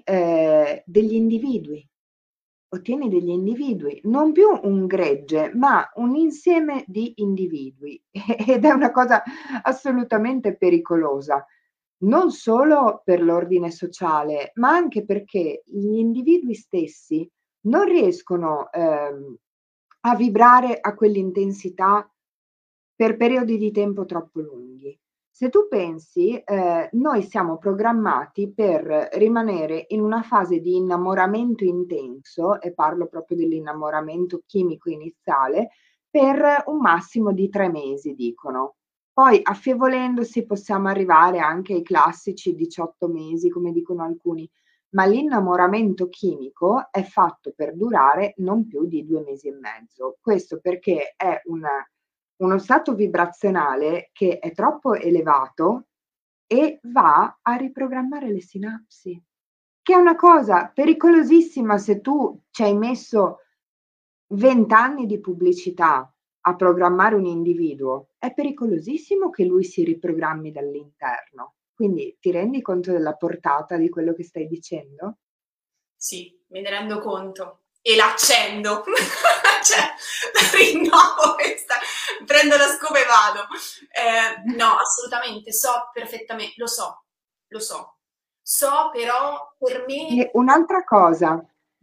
ottieni degli individui, non più un gregge, ma un insieme di individui ed è una cosa assolutamente pericolosa. Non solo per l'ordine sociale, ma anche perché gli individui stessi non riescono, a vibrare a quell'intensità per periodi di tempo troppo lunghi. Se tu pensi, noi siamo programmati per rimanere in una fase di innamoramento intenso, e parlo proprio dell'innamoramento chimico iniziale, per un massimo di 3 mesi, dicono. Poi affievolendosi possiamo arrivare anche ai classici 18 mesi, come dicono alcuni, ma l'innamoramento chimico è fatto per durare non più di 2 mesi e mezzo. Questo perché è uno stato vibrazionale che è troppo elevato e va a riprogrammare le sinapsi, che è una cosa pericolosissima se tu ci hai messo 20 anni di pubblicità a programmare un individuo, è pericolosissimo che lui si riprogrammi dall'interno. Quindi ti rendi conto della portata di quello che stai dicendo? Sì, me ne rendo conto. E l'accendo. Cioè, rinnovo questa, prendo la scopa e vado. No, assolutamente, so perfettamente, lo so. So, però per me... E un'altra cosa,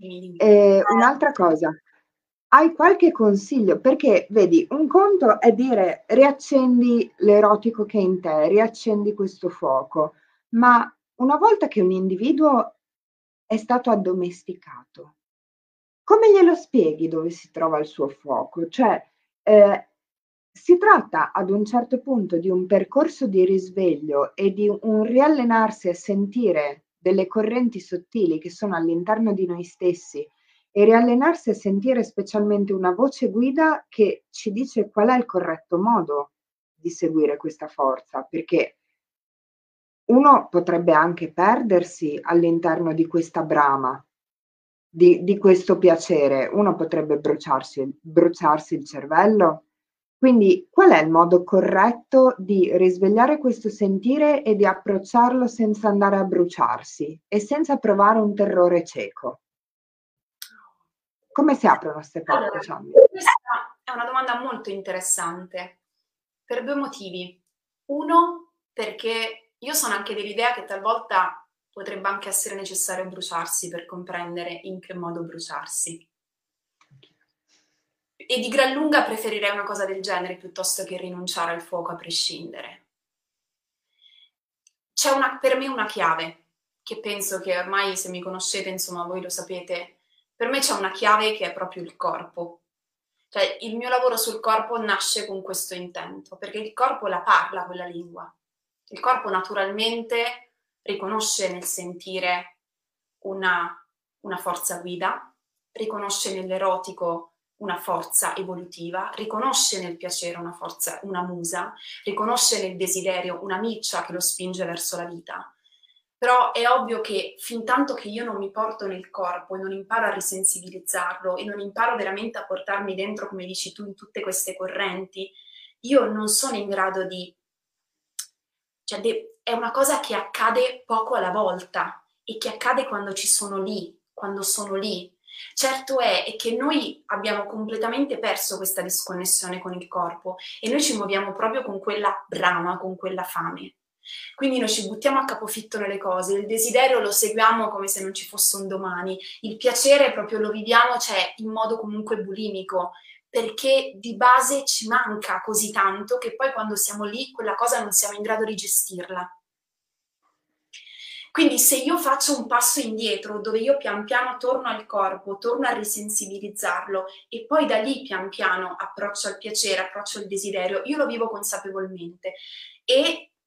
hai qualche consiglio? Perché vedi, un conto è dire riaccendi l'erotico che è in te, riaccendi questo fuoco, ma una volta che un individuo è stato addomesticato, come glielo spieghi dove si trova il suo fuoco? Cioè, si tratta ad un certo punto di un percorso di risveglio e di un riallenarsi a sentire delle correnti sottili che sono all'interno di noi stessi e riallenarsi a sentire specialmente una voce guida che ci dice qual è il corretto modo di seguire questa forza, perché uno potrebbe anche perdersi all'interno di questa brama, di questo piacere, uno potrebbe bruciarsi il cervello. Quindi qual è il modo corretto di risvegliare questo sentire e di approcciarlo senza andare a bruciarsi e senza provare un terrore cieco? Come si aprono queste porte, Allora, Ciambi? questa è una domanda molto interessante per due motivi. Uno, perché io sono anche dell'idea che talvolta potrebbe anche essere necessario bruciarsi per comprendere in che modo bruciarsi. E di gran lunga preferirei una cosa del genere piuttosto che rinunciare al fuoco a prescindere. C'è per me una chiave, che penso che ormai se mi conoscete, insomma, voi lo sapete, per me c'è una chiave che è proprio il corpo. Cioè, il mio lavoro sul corpo nasce con questo intento, perché il corpo la parla quella lingua. Il corpo naturalmente riconosce nel sentire una forza guida, riconosce nell'erotico una forza evolutiva, riconosce nel piacere una forza, una musa, riconosce nel desiderio una miccia che lo spinge verso la vita. Però è ovvio che fin tanto che io non mi porto nel corpo e non imparo a risensibilizzarlo e non imparo veramente a portarmi dentro, come dici tu, in tutte queste correnti, io non sono in grado di... Cioè, è una cosa che accade poco alla volta e che accade quando ci sono lì, quando sono lì. Certo è che noi abbiamo completamente perso questa disconnessione con il corpo e noi ci muoviamo proprio con quella brama, con quella fame. Quindi noi ci buttiamo a capofitto nelle cose, il desiderio lo seguiamo come se non ci fosse un domani, il piacere proprio lo viviamo, cioè in modo comunque bulimico, perché di base ci manca così tanto che poi quando siamo lì quella cosa non siamo in grado di gestirla. Quindi se io faccio un passo indietro dove io pian piano torno al corpo, torno a risensibilizzarlo e poi da lì pian piano approccio al piacere, approccio al desiderio, io lo vivo consapevolmente e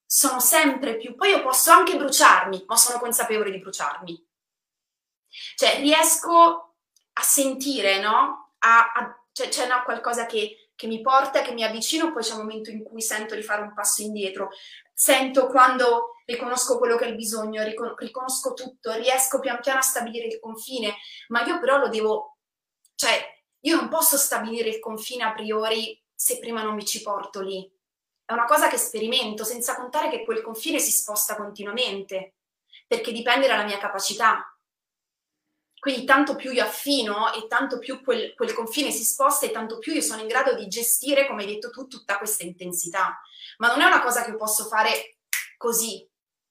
sono sempre più, poi io posso anche bruciarmi, ma sono consapevole di bruciarmi. Cioè riesco a sentire, no? Cioè, c'è no, qualcosa che mi porta, che mi avvicino, poi c'è un momento in cui sento di fare un passo indietro, sento quando riconosco quello che è il bisogno, riconosco tutto, riesco pian piano a stabilire il confine, ma io però lo devo, cioè io non posso stabilire il confine a priori se prima non mi ci porto lì. È una cosa che sperimento, senza contare che quel confine si sposta continuamente, perché dipende dalla mia capacità. Quindi tanto più io affino e tanto più quel confine si sposta e tanto più io sono in grado di gestire, come hai detto tu, tutta questa intensità. Ma non è una cosa che posso fare così.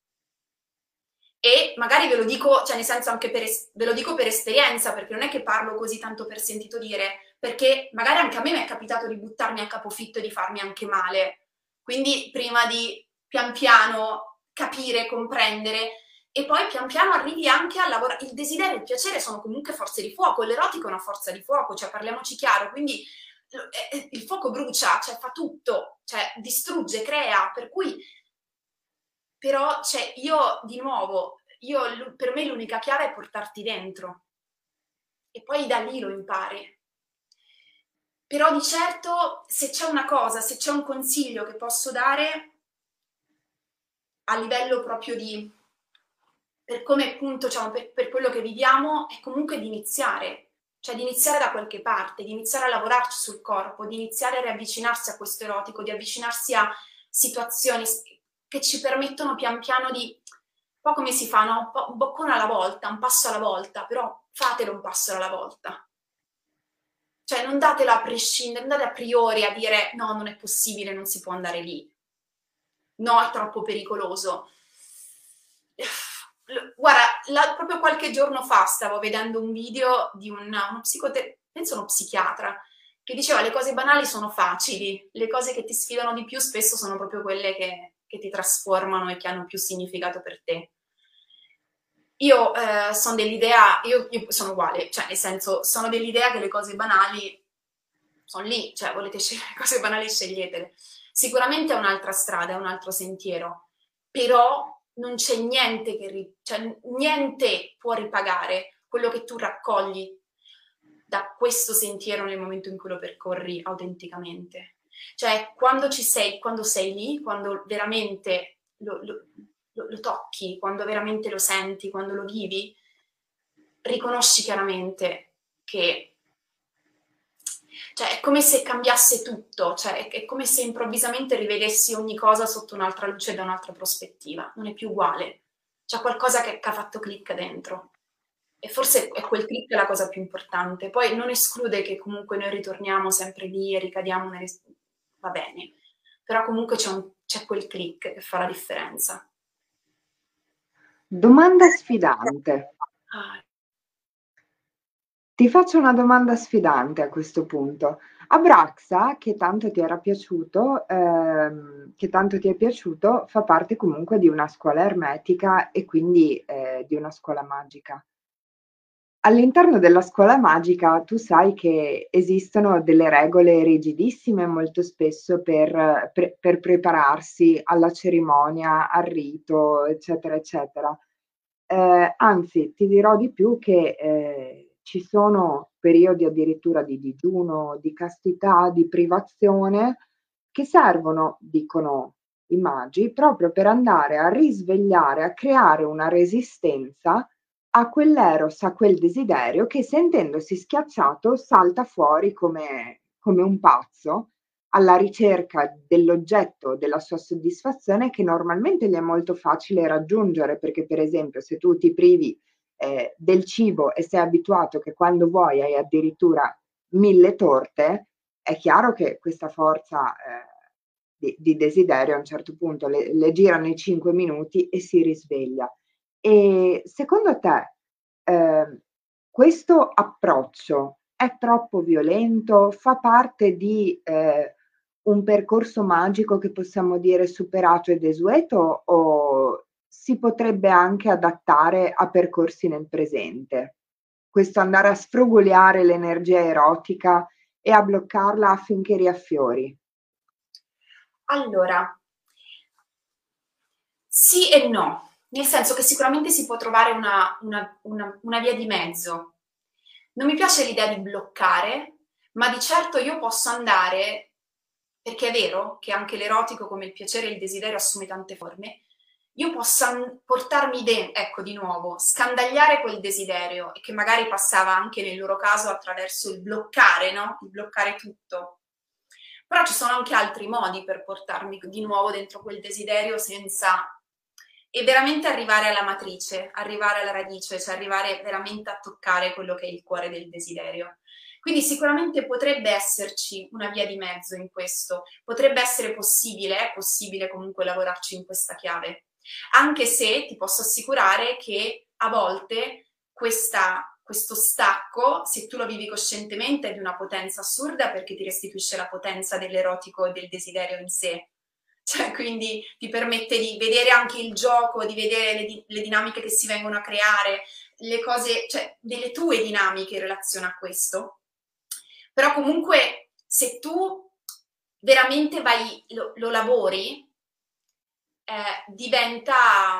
E magari ve lo dico, cioè nel senso anche ve lo dico per esperienza, perché non è che parlo così tanto per sentito dire, perché magari anche a me mi è capitato di buttarmi a capofitto e di farmi anche male. Quindi prima di pian piano capire, comprendere, e poi pian piano arrivi anche a lavorare. Il desiderio e il piacere sono comunque forze di fuoco, l'erotico è una forza di fuoco, cioè parliamoci chiaro, quindi il fuoco brucia, cioè fa tutto, cioè distrugge, crea, per cui però cioè, io di nuovo, per me l'unica chiave è portarti dentro e poi da lì lo impari. Però di certo se c'è una cosa, se c'è un consiglio che posso dare a livello proprio di, per come appunto, diciamo, per quello che viviamo, è comunque di iniziare, cioè di iniziare da qualche parte, di iniziare a lavorarci sul corpo, di iniziare a riavvicinarsi a questo erotico, di avvicinarsi a situazioni che ci permettono pian piano di, un po' come si fa, no? Un boccone alla volta, un passo alla volta, però fatelo un passo alla volta. Cioè non datelo a prescindere, non date a priori a dire no, non è possibile, non si può andare lì. No, è troppo pericoloso. Guarda, proprio qualche giorno fa stavo vedendo un video di penso uno psichiatra, che diceva le cose banali sono facili, le cose che ti sfidano di più spesso sono proprio quelle che ti trasformano e che hanno più significato per te. Io sono dell'idea, io sono uguale, cioè nel senso, sono dell'idea che le cose banali sono lì, cioè volete scegliere le cose banali, sceglietele. Sicuramente è un'altra strada, è un altro sentiero, però non c'è niente cioè niente può ripagare quello che tu raccogli da questo sentiero nel momento in cui lo percorri autenticamente. Cioè quando sei lì, quando veramente lo tocchi, quando veramente lo senti, quando lo vivi, riconosci chiaramente che cioè, è come se cambiasse tutto, cioè è come se improvvisamente rivedessi ogni cosa sotto un'altra luce e da un'altra prospettiva. Non è più uguale. C'è qualcosa che ha fatto click dentro. E forse è quel click la cosa più importante. Poi non esclude che comunque noi ritorniamo sempre lì e ricadiamo nelle... Va bene. Però comunque c'è quel click che fa la differenza. Domanda sfidante. Ti faccio una domanda sfidante a questo punto. Abraxa, che tanto ti era piaciuto, fa parte comunque di una scuola ermetica e quindi di una scuola magica. All'interno della scuola magica tu sai che esistono delle regole rigidissime molto spesso per prepararsi alla cerimonia, al rito, eccetera, eccetera. Anzi, ti dirò di più che ci sono periodi addirittura di digiuno, di castità, di privazione che servono, dicono i magi, proprio per andare a risvegliare, a creare una resistenza a quell'eros, a quel desiderio che sentendosi schiacciato salta fuori come un pazzo alla ricerca dell'oggetto della sua soddisfazione che normalmente gli è molto facile raggiungere, perché per esempio se tu ti privi del cibo e sei abituato che quando vuoi hai addirittura 1000 torte, è chiaro che questa forza di desiderio a un certo punto le girano i 5 minuti e si risveglia. E secondo te questo approccio è troppo violento? Fa parte di un percorso magico che possiamo dire superato e desueto o si potrebbe anche adattare a percorsi nel presente? Questo andare a sfrugugliare l'energia erotica e a bloccarla affinché riaffiori. Allora, Sì e no, nel senso che sicuramente si può trovare una via di mezzo. Non mi piace l'idea di bloccare, ma di certo io posso andare, perché è vero che anche l'erotico, come il piacere e il desiderio, assume tante forme, io posso portarmi dentro, ecco di nuovo, scandagliare quel desiderio, e che magari passava anche nel loro caso attraverso il bloccare, no? Il bloccare tutto. Però ci sono anche altri modi per portarmi di nuovo dentro quel desiderio senza... E veramente arrivare alla matrice, arrivare alla radice, cioè arrivare veramente a toccare quello che è il cuore del desiderio. Quindi sicuramente potrebbe esserci una via di mezzo in questo, potrebbe essere possibile, è possibile comunque lavorarci in questa chiave, anche se ti posso assicurare che a volte questo stacco, se tu lo vivi coscientemente, è di una potenza assurda, perché ti restituisce la potenza dell'erotico e del desiderio in sé. Cioè, quindi ti permette di vedere anche il gioco, di vedere le dinamiche che si vengono a creare, le cose, cioè delle tue dinamiche in relazione a questo. Però comunque se tu veramente lo lavori, diventa...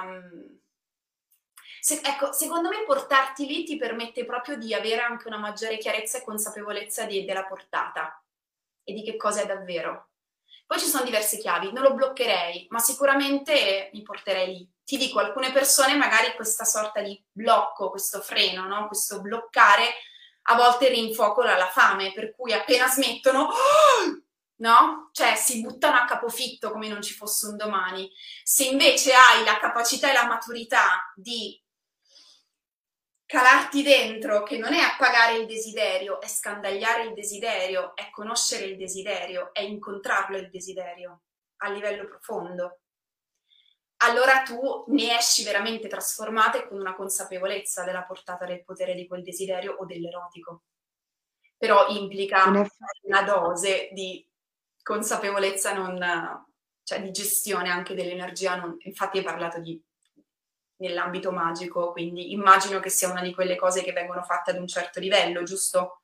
ecco, secondo me portarti lì ti permette proprio di avere anche una maggiore chiarezza e consapevolezza della portata e di che cosa è davvero. Poi ci sono diverse chiavi, non lo bloccherei, ma sicuramente mi porterei lì. Ti dico, alcune persone magari questa sorta di blocco, questo freno, no? Questo bloccare a volte rinfocola la fame, per cui appena smettono, no? Cioè si buttano a capofitto come non ci fosse un domani. Se invece hai la capacità e la maturità di calarti dentro, che non è appagare il desiderio, è scandagliare il desiderio, è conoscere il desiderio, è incontrarlo il desiderio a livello profondo, allora tu ne esci veramente trasformata e con una consapevolezza della portata del potere di quel desiderio o dell'erotico. Però implica una dose di consapevolezza, cioè di gestione anche dell'energia. Infatti hai parlato nell'ambito magico, quindi immagino che sia una di quelle cose che vengono fatte ad un certo livello, giusto?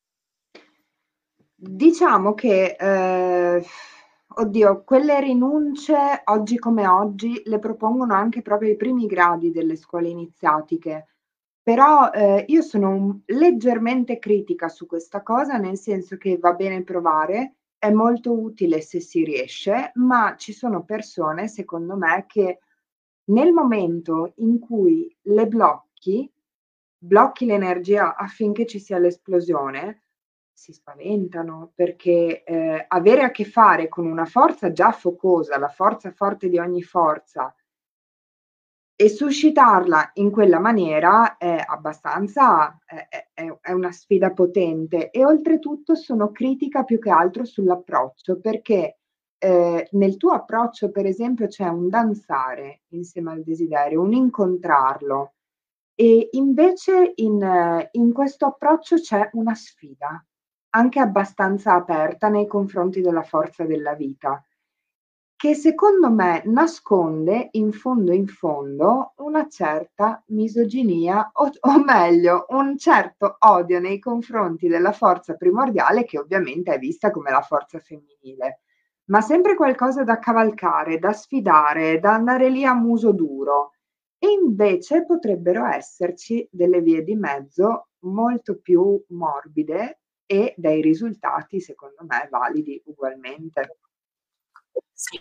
Diciamo che, oddio, quelle rinunce oggi come oggi le propongono anche proprio i primi gradi delle scuole iniziatiche. Però io sono leggermente critica su questa cosa, nel senso che va bene provare, è molto utile se si riesce, ma ci sono persone, secondo me, che nel momento in cui le blocchi l'energia affinché ci sia l'esplosione, si spaventano, perché avere a che fare con una forza già focosa, la forza forte di ogni forza, e suscitarla in quella maniera è abbastanza, è una sfida potente. E oltretutto sono critica più che altro sull'approccio, perché nel tuo approccio, per esempio, c'è un danzare insieme al desiderio, un incontrarlo, e invece in questo approccio c'è una sfida, anche abbastanza aperta nei confronti della forza della vita, che secondo me nasconde in fondo una certa misoginia o meglio un certo odio nei confronti della forza primordiale, che ovviamente è vista come la forza femminile, ma sempre qualcosa da cavalcare, da sfidare, da andare lì a muso duro. E invece potrebbero esserci delle vie di mezzo molto più morbide e dai risultati, secondo me, validi ugualmente. Sì.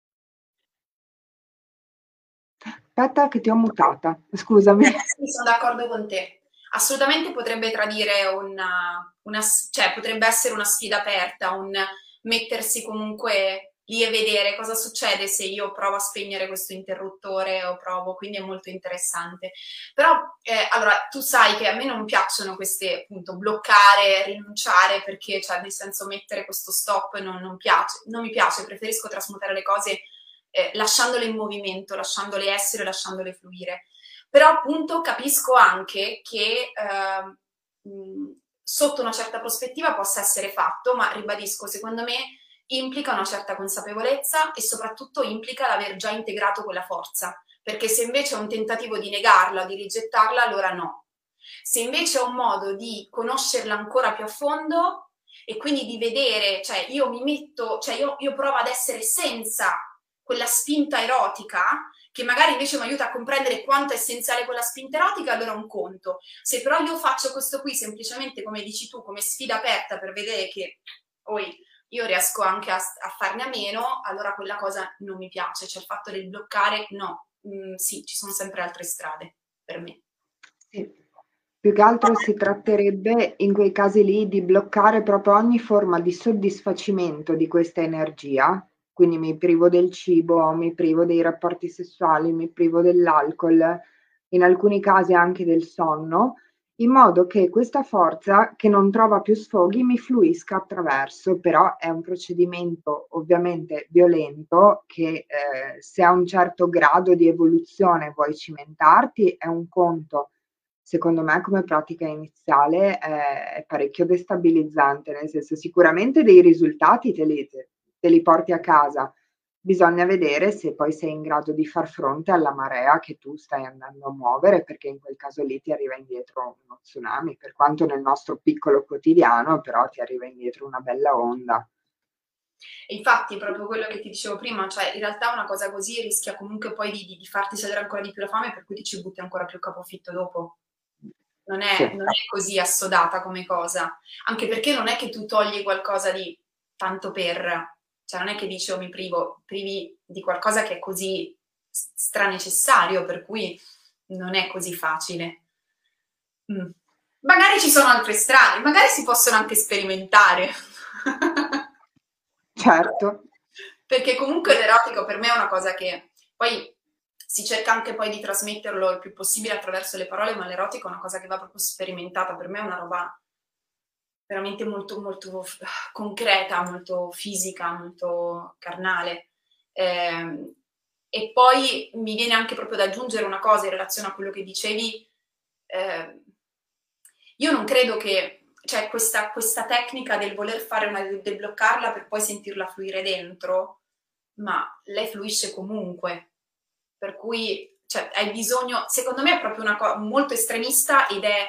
Aspetta che ti ho mutata, scusami. Sì, sono d'accordo con te. Assolutamente potrebbe tradire cioè potrebbe essere una sfida aperta, un mettersi comunque lì e vedere cosa succede se io provo a spegnere questo interruttore o provo, quindi è molto interessante. Però, allora, tu sai che a me non piacciono queste, appunto, bloccare, rinunciare, perché, cioè, nel senso, mettere questo stop non mi piace, preferisco trasmutare le cose lasciandole in movimento, lasciandole essere, lasciandole fluire. Però appunto capisco anche che sotto una certa prospettiva possa essere fatto, ma ribadisco, secondo me implica una certa consapevolezza e soprattutto implica l'aver già integrato quella forza, perché se invece è un tentativo di negarla, di rigettarla, allora no. Se invece è un modo di conoscerla ancora più a fondo e quindi di vedere, cioè io mi metto, cioè io provo ad essere senza quella spinta erotica che magari invece mi aiuta a comprendere quanto è essenziale quella spinta erotica, allora un conto. Se però io faccio questo qui semplicemente, come dici tu, come sfida aperta per vedere che poi io riesco anche a farne a meno, allora quella cosa non mi piace. Cioè il fatto del bloccare, no. Sì, ci sono sempre altre strade per me. Sì. Più che altro si tratterebbe in quei casi lì di bloccare proprio ogni forma di soddisfacimento di questa energia, quindi mi privo del cibo, mi privo dei rapporti sessuali, mi privo dell'alcol, in alcuni casi anche del sonno, in modo che questa forza che non trova più sfoghi mi fluisca attraverso, però è un procedimento ovviamente violento che se a un certo grado di evoluzione vuoi cimentarti è un conto. Secondo me come pratica iniziale è parecchio destabilizzante, nel senso sicuramente dei risultati te li porti a casa. Bisogna vedere se poi sei in grado di far fronte alla marea che tu stai andando a muovere, perché in quel caso lì ti arriva indietro uno tsunami, per quanto nel nostro piccolo quotidiano, però ti arriva indietro una bella onda. E infatti, proprio quello che ti dicevo prima, cioè in realtà una cosa così rischia comunque poi di farti salire ancora di più la fame, per cui ti ci butti ancora più capofitto dopo. Non Sì, è così assodata come cosa, anche perché non è che tu togli qualcosa di tanto per, cioè non è che dici mi privi di qualcosa che è così stranecessario, per cui non è così facile. Magari ci sono altre strade, magari si possono anche sperimentare. certo. Perché comunque l'erotico per me è una cosa che poi si cerca anche poi di trasmetterlo il più possibile attraverso le parole, ma l'erotico è una cosa che va proprio sperimentata. Per me è una roba veramente molto, molto concreta, molto fisica, molto carnale. E poi mi viene anche proprio da aggiungere una cosa in relazione a quello che dicevi. Io non credo che, cioè, questa tecnica del voler fare del bloccarla per poi sentirla fluire dentro, ma lei fluisce comunque. Per cui, cioè, hai bisogno, secondo me è proprio una cosa molto estremista ed è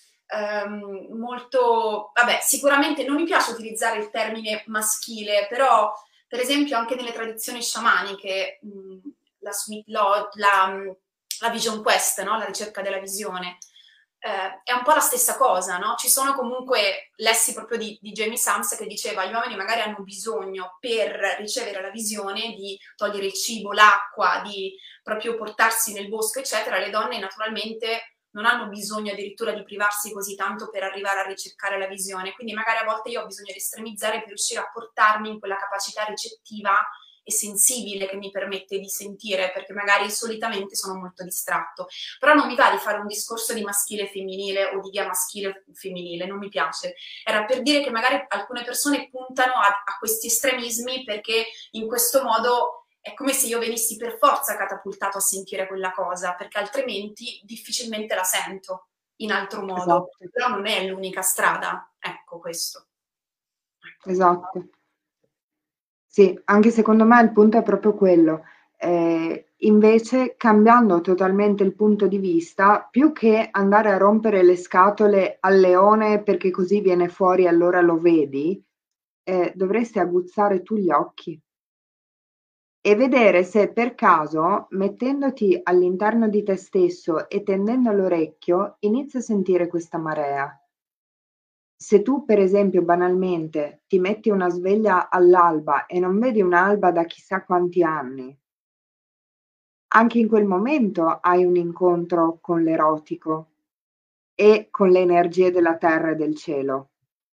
molto, vabbè, sicuramente non mi piace utilizzare il termine maschile, però per esempio anche nelle tradizioni sciamaniche, la Smith Lodge, la Vision Quest, no? La ricerca della visione, è un po' la stessa cosa, no? Ci sono comunque, lessi proprio di Jamie Sams che diceva gli uomini magari hanno bisogno per ricevere la visione di togliere il cibo, l'acqua, di proprio portarsi nel bosco, eccetera. Le donne naturalmente non hanno bisogno addirittura di privarsi così tanto per arrivare a ricercare la visione, quindi magari a volte io ho bisogno di estremizzare per riuscire a portarmi in quella capacità ricettiva e sensibile che mi permette di sentire, perché magari solitamente sono molto distratto. Però non mi va di fare un discorso di maschile e femminile o di via maschile e femminile, non mi piace. Era per dire che magari alcune persone puntano a questi estremismi perché in questo modo è come se io venissi per forza catapultato a sentire quella cosa, perché altrimenti difficilmente la sento in altro modo. Esatto, Però non è l'unica strada, ecco questo. esatto. Sì, anche secondo me il punto è proprio quello. Invece, cambiando totalmente il punto di vista, più che andare a rompere le scatole al leone perché così viene fuori e allora lo vedi, dovresti aguzzare tu gli occhi e vedere se per caso, mettendoti all'interno di te stesso e tendendo l'orecchio, inizi a sentire questa marea. Se tu, per esempio, banalmente ti metti una sveglia all'alba e non vedi un'alba da chissà quanti anni, anche in quel momento hai un incontro con l'erotico e con le energie della terra e del cielo.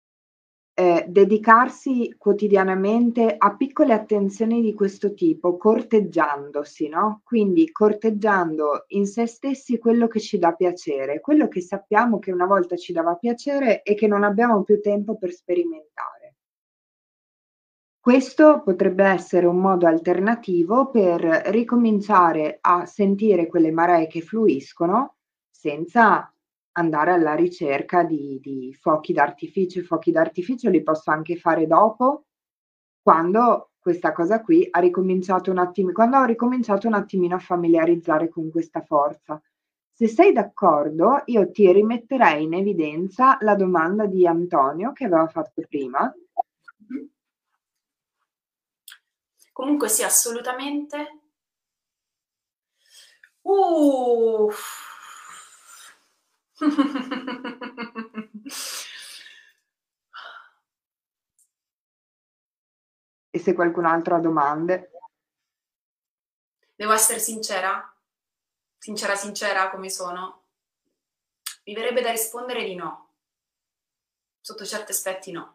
Dedicarsi quotidianamente a piccole attenzioni di questo tipo, corteggiandosi, no, quindi corteggiando in sé stessi quello che ci dà piacere, quello che sappiamo che una volta ci dava piacere e che non abbiamo più tempo per sperimentare. Questo potrebbe essere un modo alternativo per ricominciare a sentire quelle maree che fluiscono senza andare alla ricerca di fuochi d'artificio. I fuochi d'artificio li posso anche fare dopo, quando questa cosa qui ha ricominciato quando ho ricominciato un attimino a familiarizzare con questa forza. Se sei d'accordo, io ti rimetterei in evidenza la domanda di Antonio che aveva fatto prima. Comunque sì, assolutamente. Uh. E se qualcun altro ha domande? Devo essere sincera? Sincera come sono? Mi verrebbe da rispondere di no. Sotto certi aspetti no.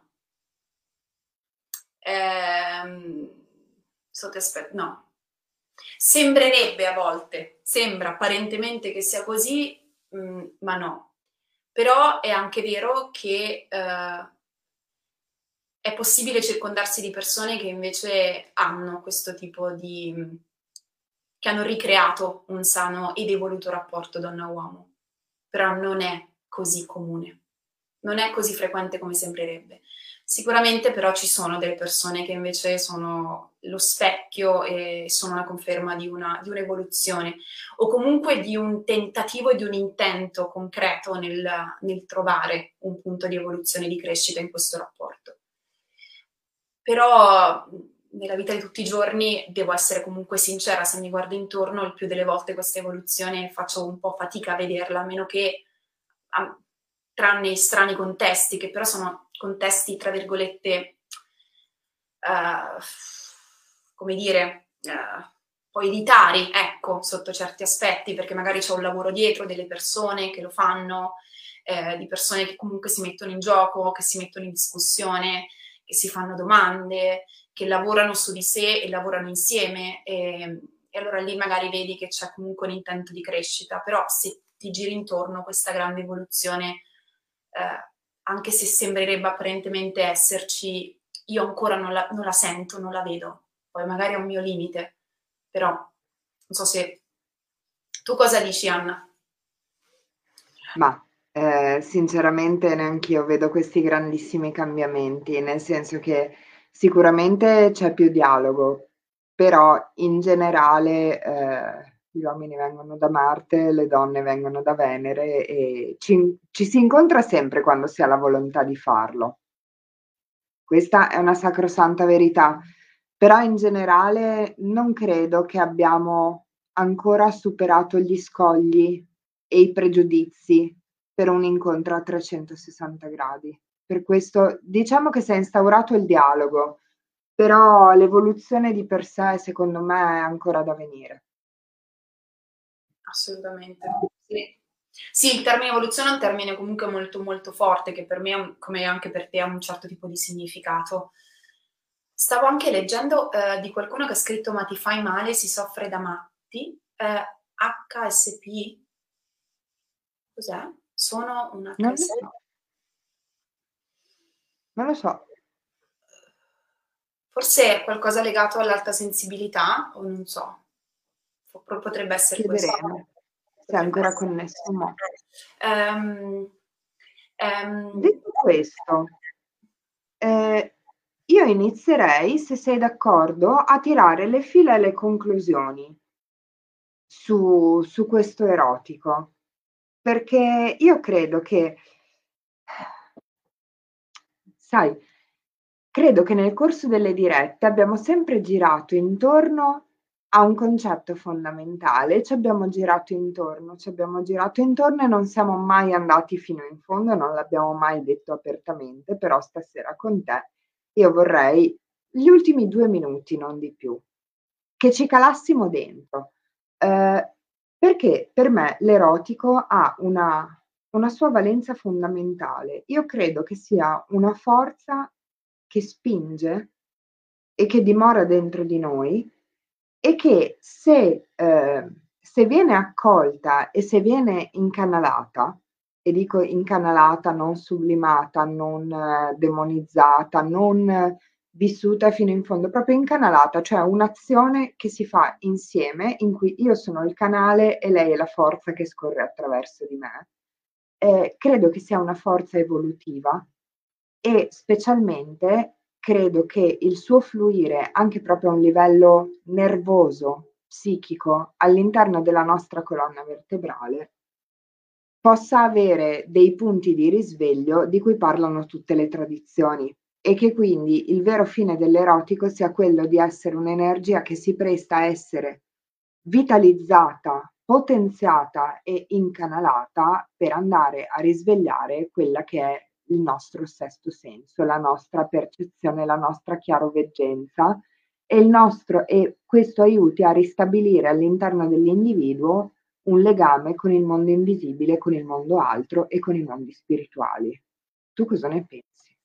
Sotto aspetti no. Sembrerebbe a volte, sembra apparentemente che sia così, ma no. Però è anche vero che è possibile circondarsi di persone che invece hanno questo tipo di che hanno ricreato un sano ed evoluto rapporto donna-uomo, però non è così comune, non è così frequente come sembrerebbe. Sicuramente però ci sono delle persone che invece sono lo specchio e sono una conferma di un'evoluzione o comunque di un tentativo e di un intento concreto nel trovare un punto di evoluzione e di crescita in questo rapporto. Però nella vita di tutti i giorni devo essere comunque sincera, se mi guardo intorno il più delle volte questa evoluzione faccio un po' fatica a vederla, a meno che, tranne strani contesti, che però sono contesti tra virgolette, come dire, poi elitari, ecco, sotto certi aspetti, perché magari c'è un lavoro dietro, delle persone che lo fanno, di persone che comunque si mettono in gioco, che si mettono in discussione, che si fanno domande, che lavorano su di sé e lavorano insieme e allora lì magari vedi che c'è comunque un intento di crescita, però se ti giri intorno questa grande evoluzione, anche se sembrerebbe apparentemente esserci, io ancora non la sento, non la vedo, poi magari è un mio limite, però non so se... Tu cosa dici, Anna? Ma sinceramente neanch'io vedo questi grandissimi cambiamenti, nel senso che sicuramente c'è più dialogo, però in generale gli uomini vengono da Marte, le donne vengono da Venere e ci si incontra sempre quando si ha la volontà di farlo. Questa è una sacrosanta verità, però in generale non credo che abbiamo ancora superato gli scogli e i pregiudizi per un incontro a 360 gradi. Per questo diciamo che si è instaurato il dialogo, però l'evoluzione di per sé secondo me è ancora da venire. Assolutamente. Sì. Sì, il termine evoluzione è un termine comunque molto molto forte che per me, come anche per te, ha un certo tipo di significato. Stavo anche leggendo di qualcuno che ha scritto ma ti fai male, si soffre da matti. HSP, cos'è? Sono un Non lo HSP. so, non lo so, Forse è qualcosa legato all'alta sensibilità, o non so, potrebbe essere questo. chiederemo se è Potrebbe ancora essere. connesso o no. Ehm, Detto questo, io inizierei, se sei d'accordo, a tirare le fila e le conclusioni su questo erotico, perché io credo che, sai, credo che nel corso delle dirette abbiamo sempre girato intorno a un concetto fondamentale, ci abbiamo girato intorno e non siamo mai andati fino in fondo, non l'abbiamo mai detto apertamente, però stasera con te io vorrei gli ultimi 2 minuti, non di più, che ci calassimo dentro. Perché per me l'erotico ha una sua valenza fondamentale. Io credo che sia una forza che spinge e che dimora dentro di noi e che se viene accolta e se viene incanalata, e dico incanalata, non sublimata, non demonizzata, non vissuta fino in fondo, proprio incanalata, cioè un'azione che si fa insieme in cui io sono il canale e lei è la forza che scorre attraverso di me. Credo che sia una forza evolutiva e specialmente credo che il suo fluire anche proprio a un livello nervoso, psichico, all'interno della nostra colonna vertebrale, possa avere dei punti di risveglio di cui parlano tutte le tradizioni e che quindi il vero fine dell'erotico sia quello di essere un'energia che si presta a essere vitalizzata potenziata e incanalata per andare a risvegliare quella che è il nostro sesto senso, la nostra percezione, la nostra chiaroveggenza e questo aiuti a ristabilire all'interno dell'individuo un legame con il mondo invisibile, con il mondo altro e con i mondi spirituali. Tu cosa ne pensi?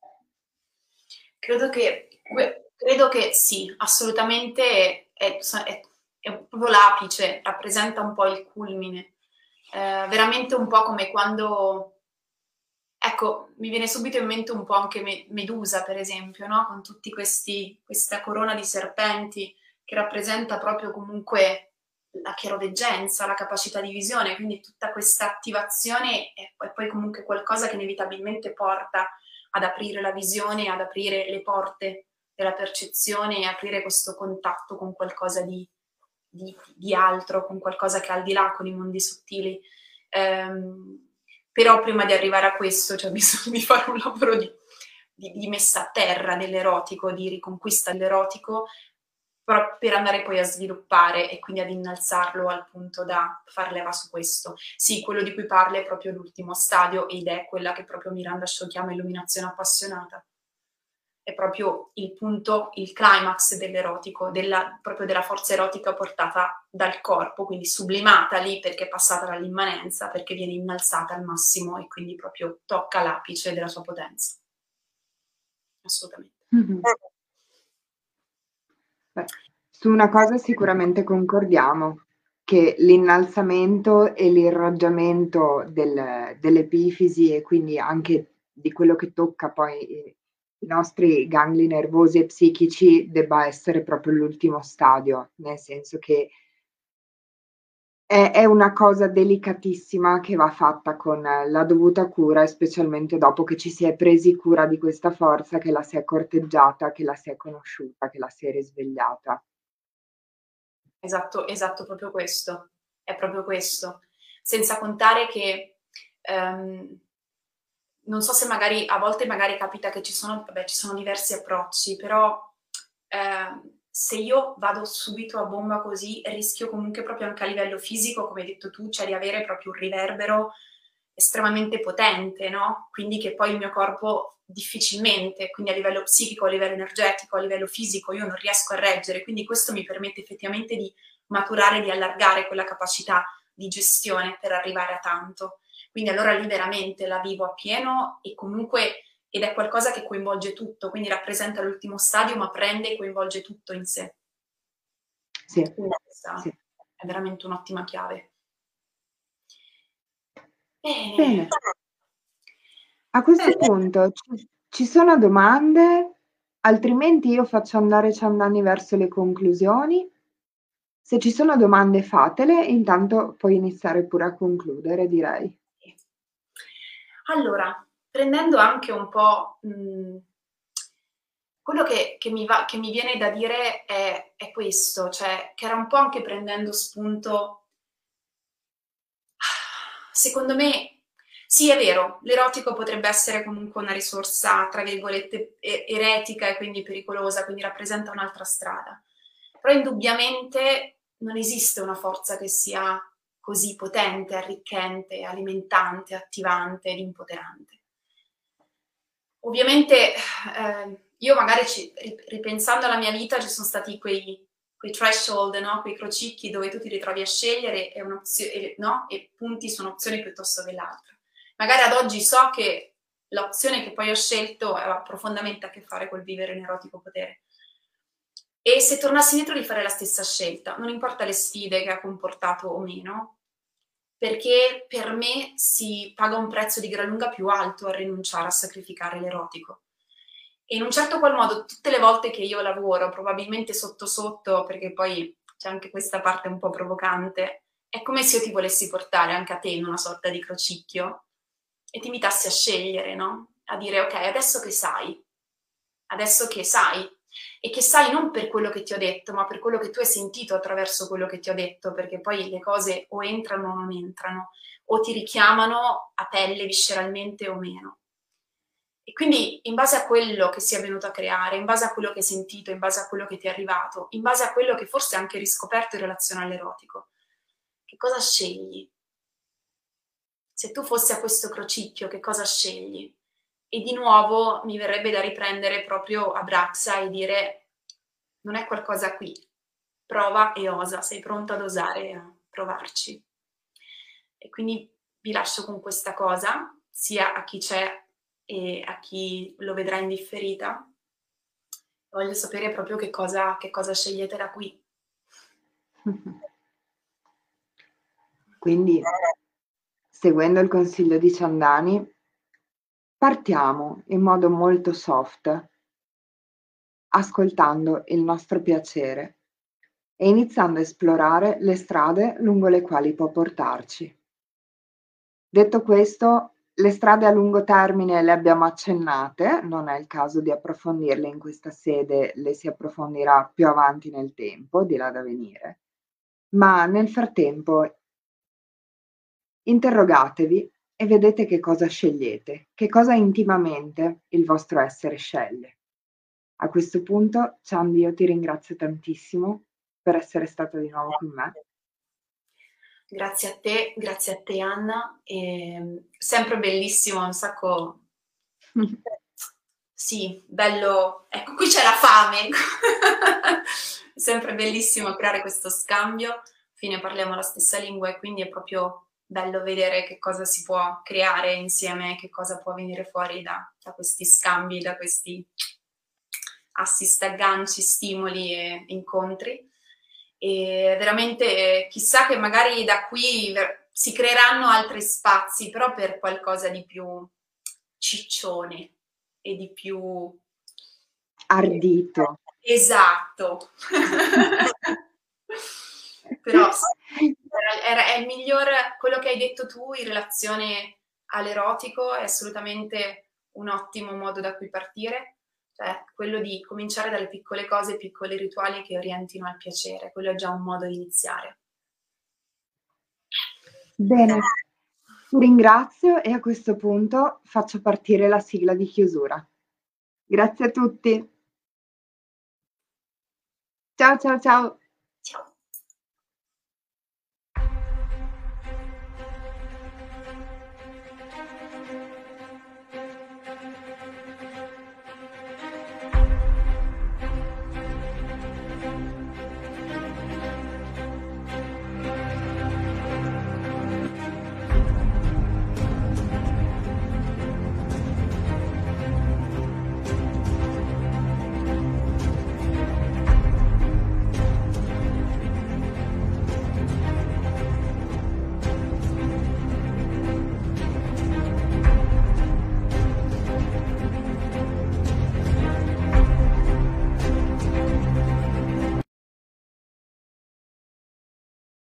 Credo che sì, assolutamente è proprio l'apice, rappresenta un po' il culmine. Veramente un po' come quando, ecco, mi viene subito in mente un po' anche Medusa, per esempio, no? Con tutti questa corona di serpenti che rappresenta proprio comunque la chiaroveggenza, la capacità di visione, quindi tutta questa attivazione è poi comunque qualcosa che inevitabilmente porta ad aprire la visione, ad aprire le porte della percezione e aprire questo contatto con qualcosa di altro, con qualcosa che è al di là, con i mondi sottili. Però prima di arrivare a questo c'è bisogno di fare un lavoro di messa a terra dell'erotico, di riconquista dell'erotico, per andare poi a sviluppare e quindi ad innalzarlo al punto da far leva su questo. Sì, quello di cui parli è proprio l'ultimo stadio ed è quella che proprio Miranda Shaw chiama illuminazione appassionata. È proprio il punto, il climax dell'erotico, proprio della forza erotica portata dal corpo, quindi sublimata lì perché è passata dall'immanenza, perché viene innalzata al massimo e quindi proprio tocca l'apice della sua potenza. Assolutamente. Mm-hmm. Beh, su una cosa sicuramente concordiamo, che l'innalzamento e l'irraggiamento dell'epifisi e quindi anche di quello che tocca poi i nostri gangli nervosi e psichici debba essere proprio l'ultimo stadio, nel senso che è una cosa delicatissima che va fatta con la dovuta cura, e specialmente dopo che ci si è presi cura di questa forza, che la si è corteggiata, che la si è conosciuta, che la si è risvegliata. Esatto, proprio questo. È proprio questo. Senza contare che non so se magari a volte magari capita che ci sono diversi approcci, però se io vado subito a bomba così rischio comunque proprio anche a livello fisico, come hai detto tu, cioè di avere proprio un riverbero estremamente potente, no? Quindi che poi il mio corpo difficilmente, quindi a livello psichico, a livello energetico, a livello fisico, io non riesco a reggere, quindi questo mi permette effettivamente di maturare, di allargare quella capacità di gestione per arrivare a tanto. Quindi allora lì veramente la vivo a pieno e comunque, ed è qualcosa che coinvolge tutto, quindi rappresenta l'ultimo stadio, ma prende e coinvolge tutto in sé. Sì, Quindi questa sì. è veramente un'ottima chiave. Bene. A questo punto ci sono domande? Altrimenti io faccio andare Ciandani verso le conclusioni. Se ci sono domande fatele, intanto puoi iniziare pure a concludere, direi. Allora, prendendo anche un po' quello che mi viene da dire è questo, cioè che era un po' anche prendendo spunto, secondo me, sì è vero, l'erotico potrebbe essere comunque una risorsa, tra virgolette, eretica e quindi pericolosa, quindi rappresenta un'altra strada, però indubbiamente non esiste una forza che sia così potente, arricchente, alimentante, attivante ed impoterante. Ovviamente io magari ripensando alla mia vita ci sono stati quei threshold, no? Quei crocicchi dove tu ti ritrovi a scegliere no? E punti su un'opzione piuttosto che l'altra. Magari ad oggi so che l'opzione che poi ho scelto aveva profondamente a che fare col vivere in erotico potere. E se tornassi indietro di fare la stessa scelta, non importa le sfide che ha comportato o meno, perché per me si paga un prezzo di gran lunga più alto a rinunciare a sacrificare l'erotico. E in un certo qual modo, tutte le volte che io lavoro, probabilmente sotto sotto, perché poi c'è anche questa parte un po' provocante, è come se io ti volessi portare anche a te in una sorta di crocicchio e ti invitassi a scegliere, no? A dire, ok, adesso che sai, e che sai non per quello che ti ho detto, ma per quello che tu hai sentito attraverso quello che ti ho detto, perché poi le cose o entrano o non entrano, o ti richiamano a pelle visceralmente o meno. E quindi in base a quello che si è venuto a creare, in base a quello che hai sentito, in base a quello che ti è arrivato, in base a quello che forse hai anche riscoperto in relazione all'erotico, che cosa scegli? Se tu fossi a questo crocicchio, che cosa scegli? E di nuovo mi verrebbe da riprendere proprio a braccia e dire: non è qualcosa qui, prova e osa, sei pronto ad osare e a provarci. E quindi vi lascio con questa cosa, sia a chi c'è e a chi lo vedrà in differita. Voglio sapere proprio che cosa scegliete da qui. Quindi, seguendo il consiglio di Ciandani, partiamo in modo molto soft, ascoltando il nostro piacere e iniziando a esplorare le strade lungo le quali può portarci. Detto questo, le strade a lungo termine le abbiamo accennate, non è il caso di approfondirle in questa sede, le si approfondirà più avanti nel tempo, di là da venire. Ma nel frattempo interrogatevi e vedete che cosa scegliete, che cosa intimamente il vostro essere sceglie. A questo punto, Ciandi, io ti ringrazio tantissimo per essere stata di nuovo con me. Grazie a te Anna, sempre bellissimo, un sacco, sì, bello, ecco qui c'è la fame, è sempre bellissimo creare questo scambio, alla fine parliamo la stessa lingua e quindi è proprio bello vedere che cosa si può creare insieme, che cosa può venire fuori da questi scambi, da questi assist, agganci, stimoli e incontri. E veramente chissà che magari da qui si creeranno altri spazi, però per qualcosa di più ciccione e di più Ardito. esatto. Però è il miglior, quello che hai detto tu in relazione all'erotico è assolutamente un ottimo modo da cui partire, cioè quello di cominciare dalle piccole cose, piccoli rituali che orientino al piacere, quello è già un modo di iniziare. Bene, ti ringrazio e a questo punto faccio partire la sigla di chiusura. Grazie a tutti. Ciao ciao ciao.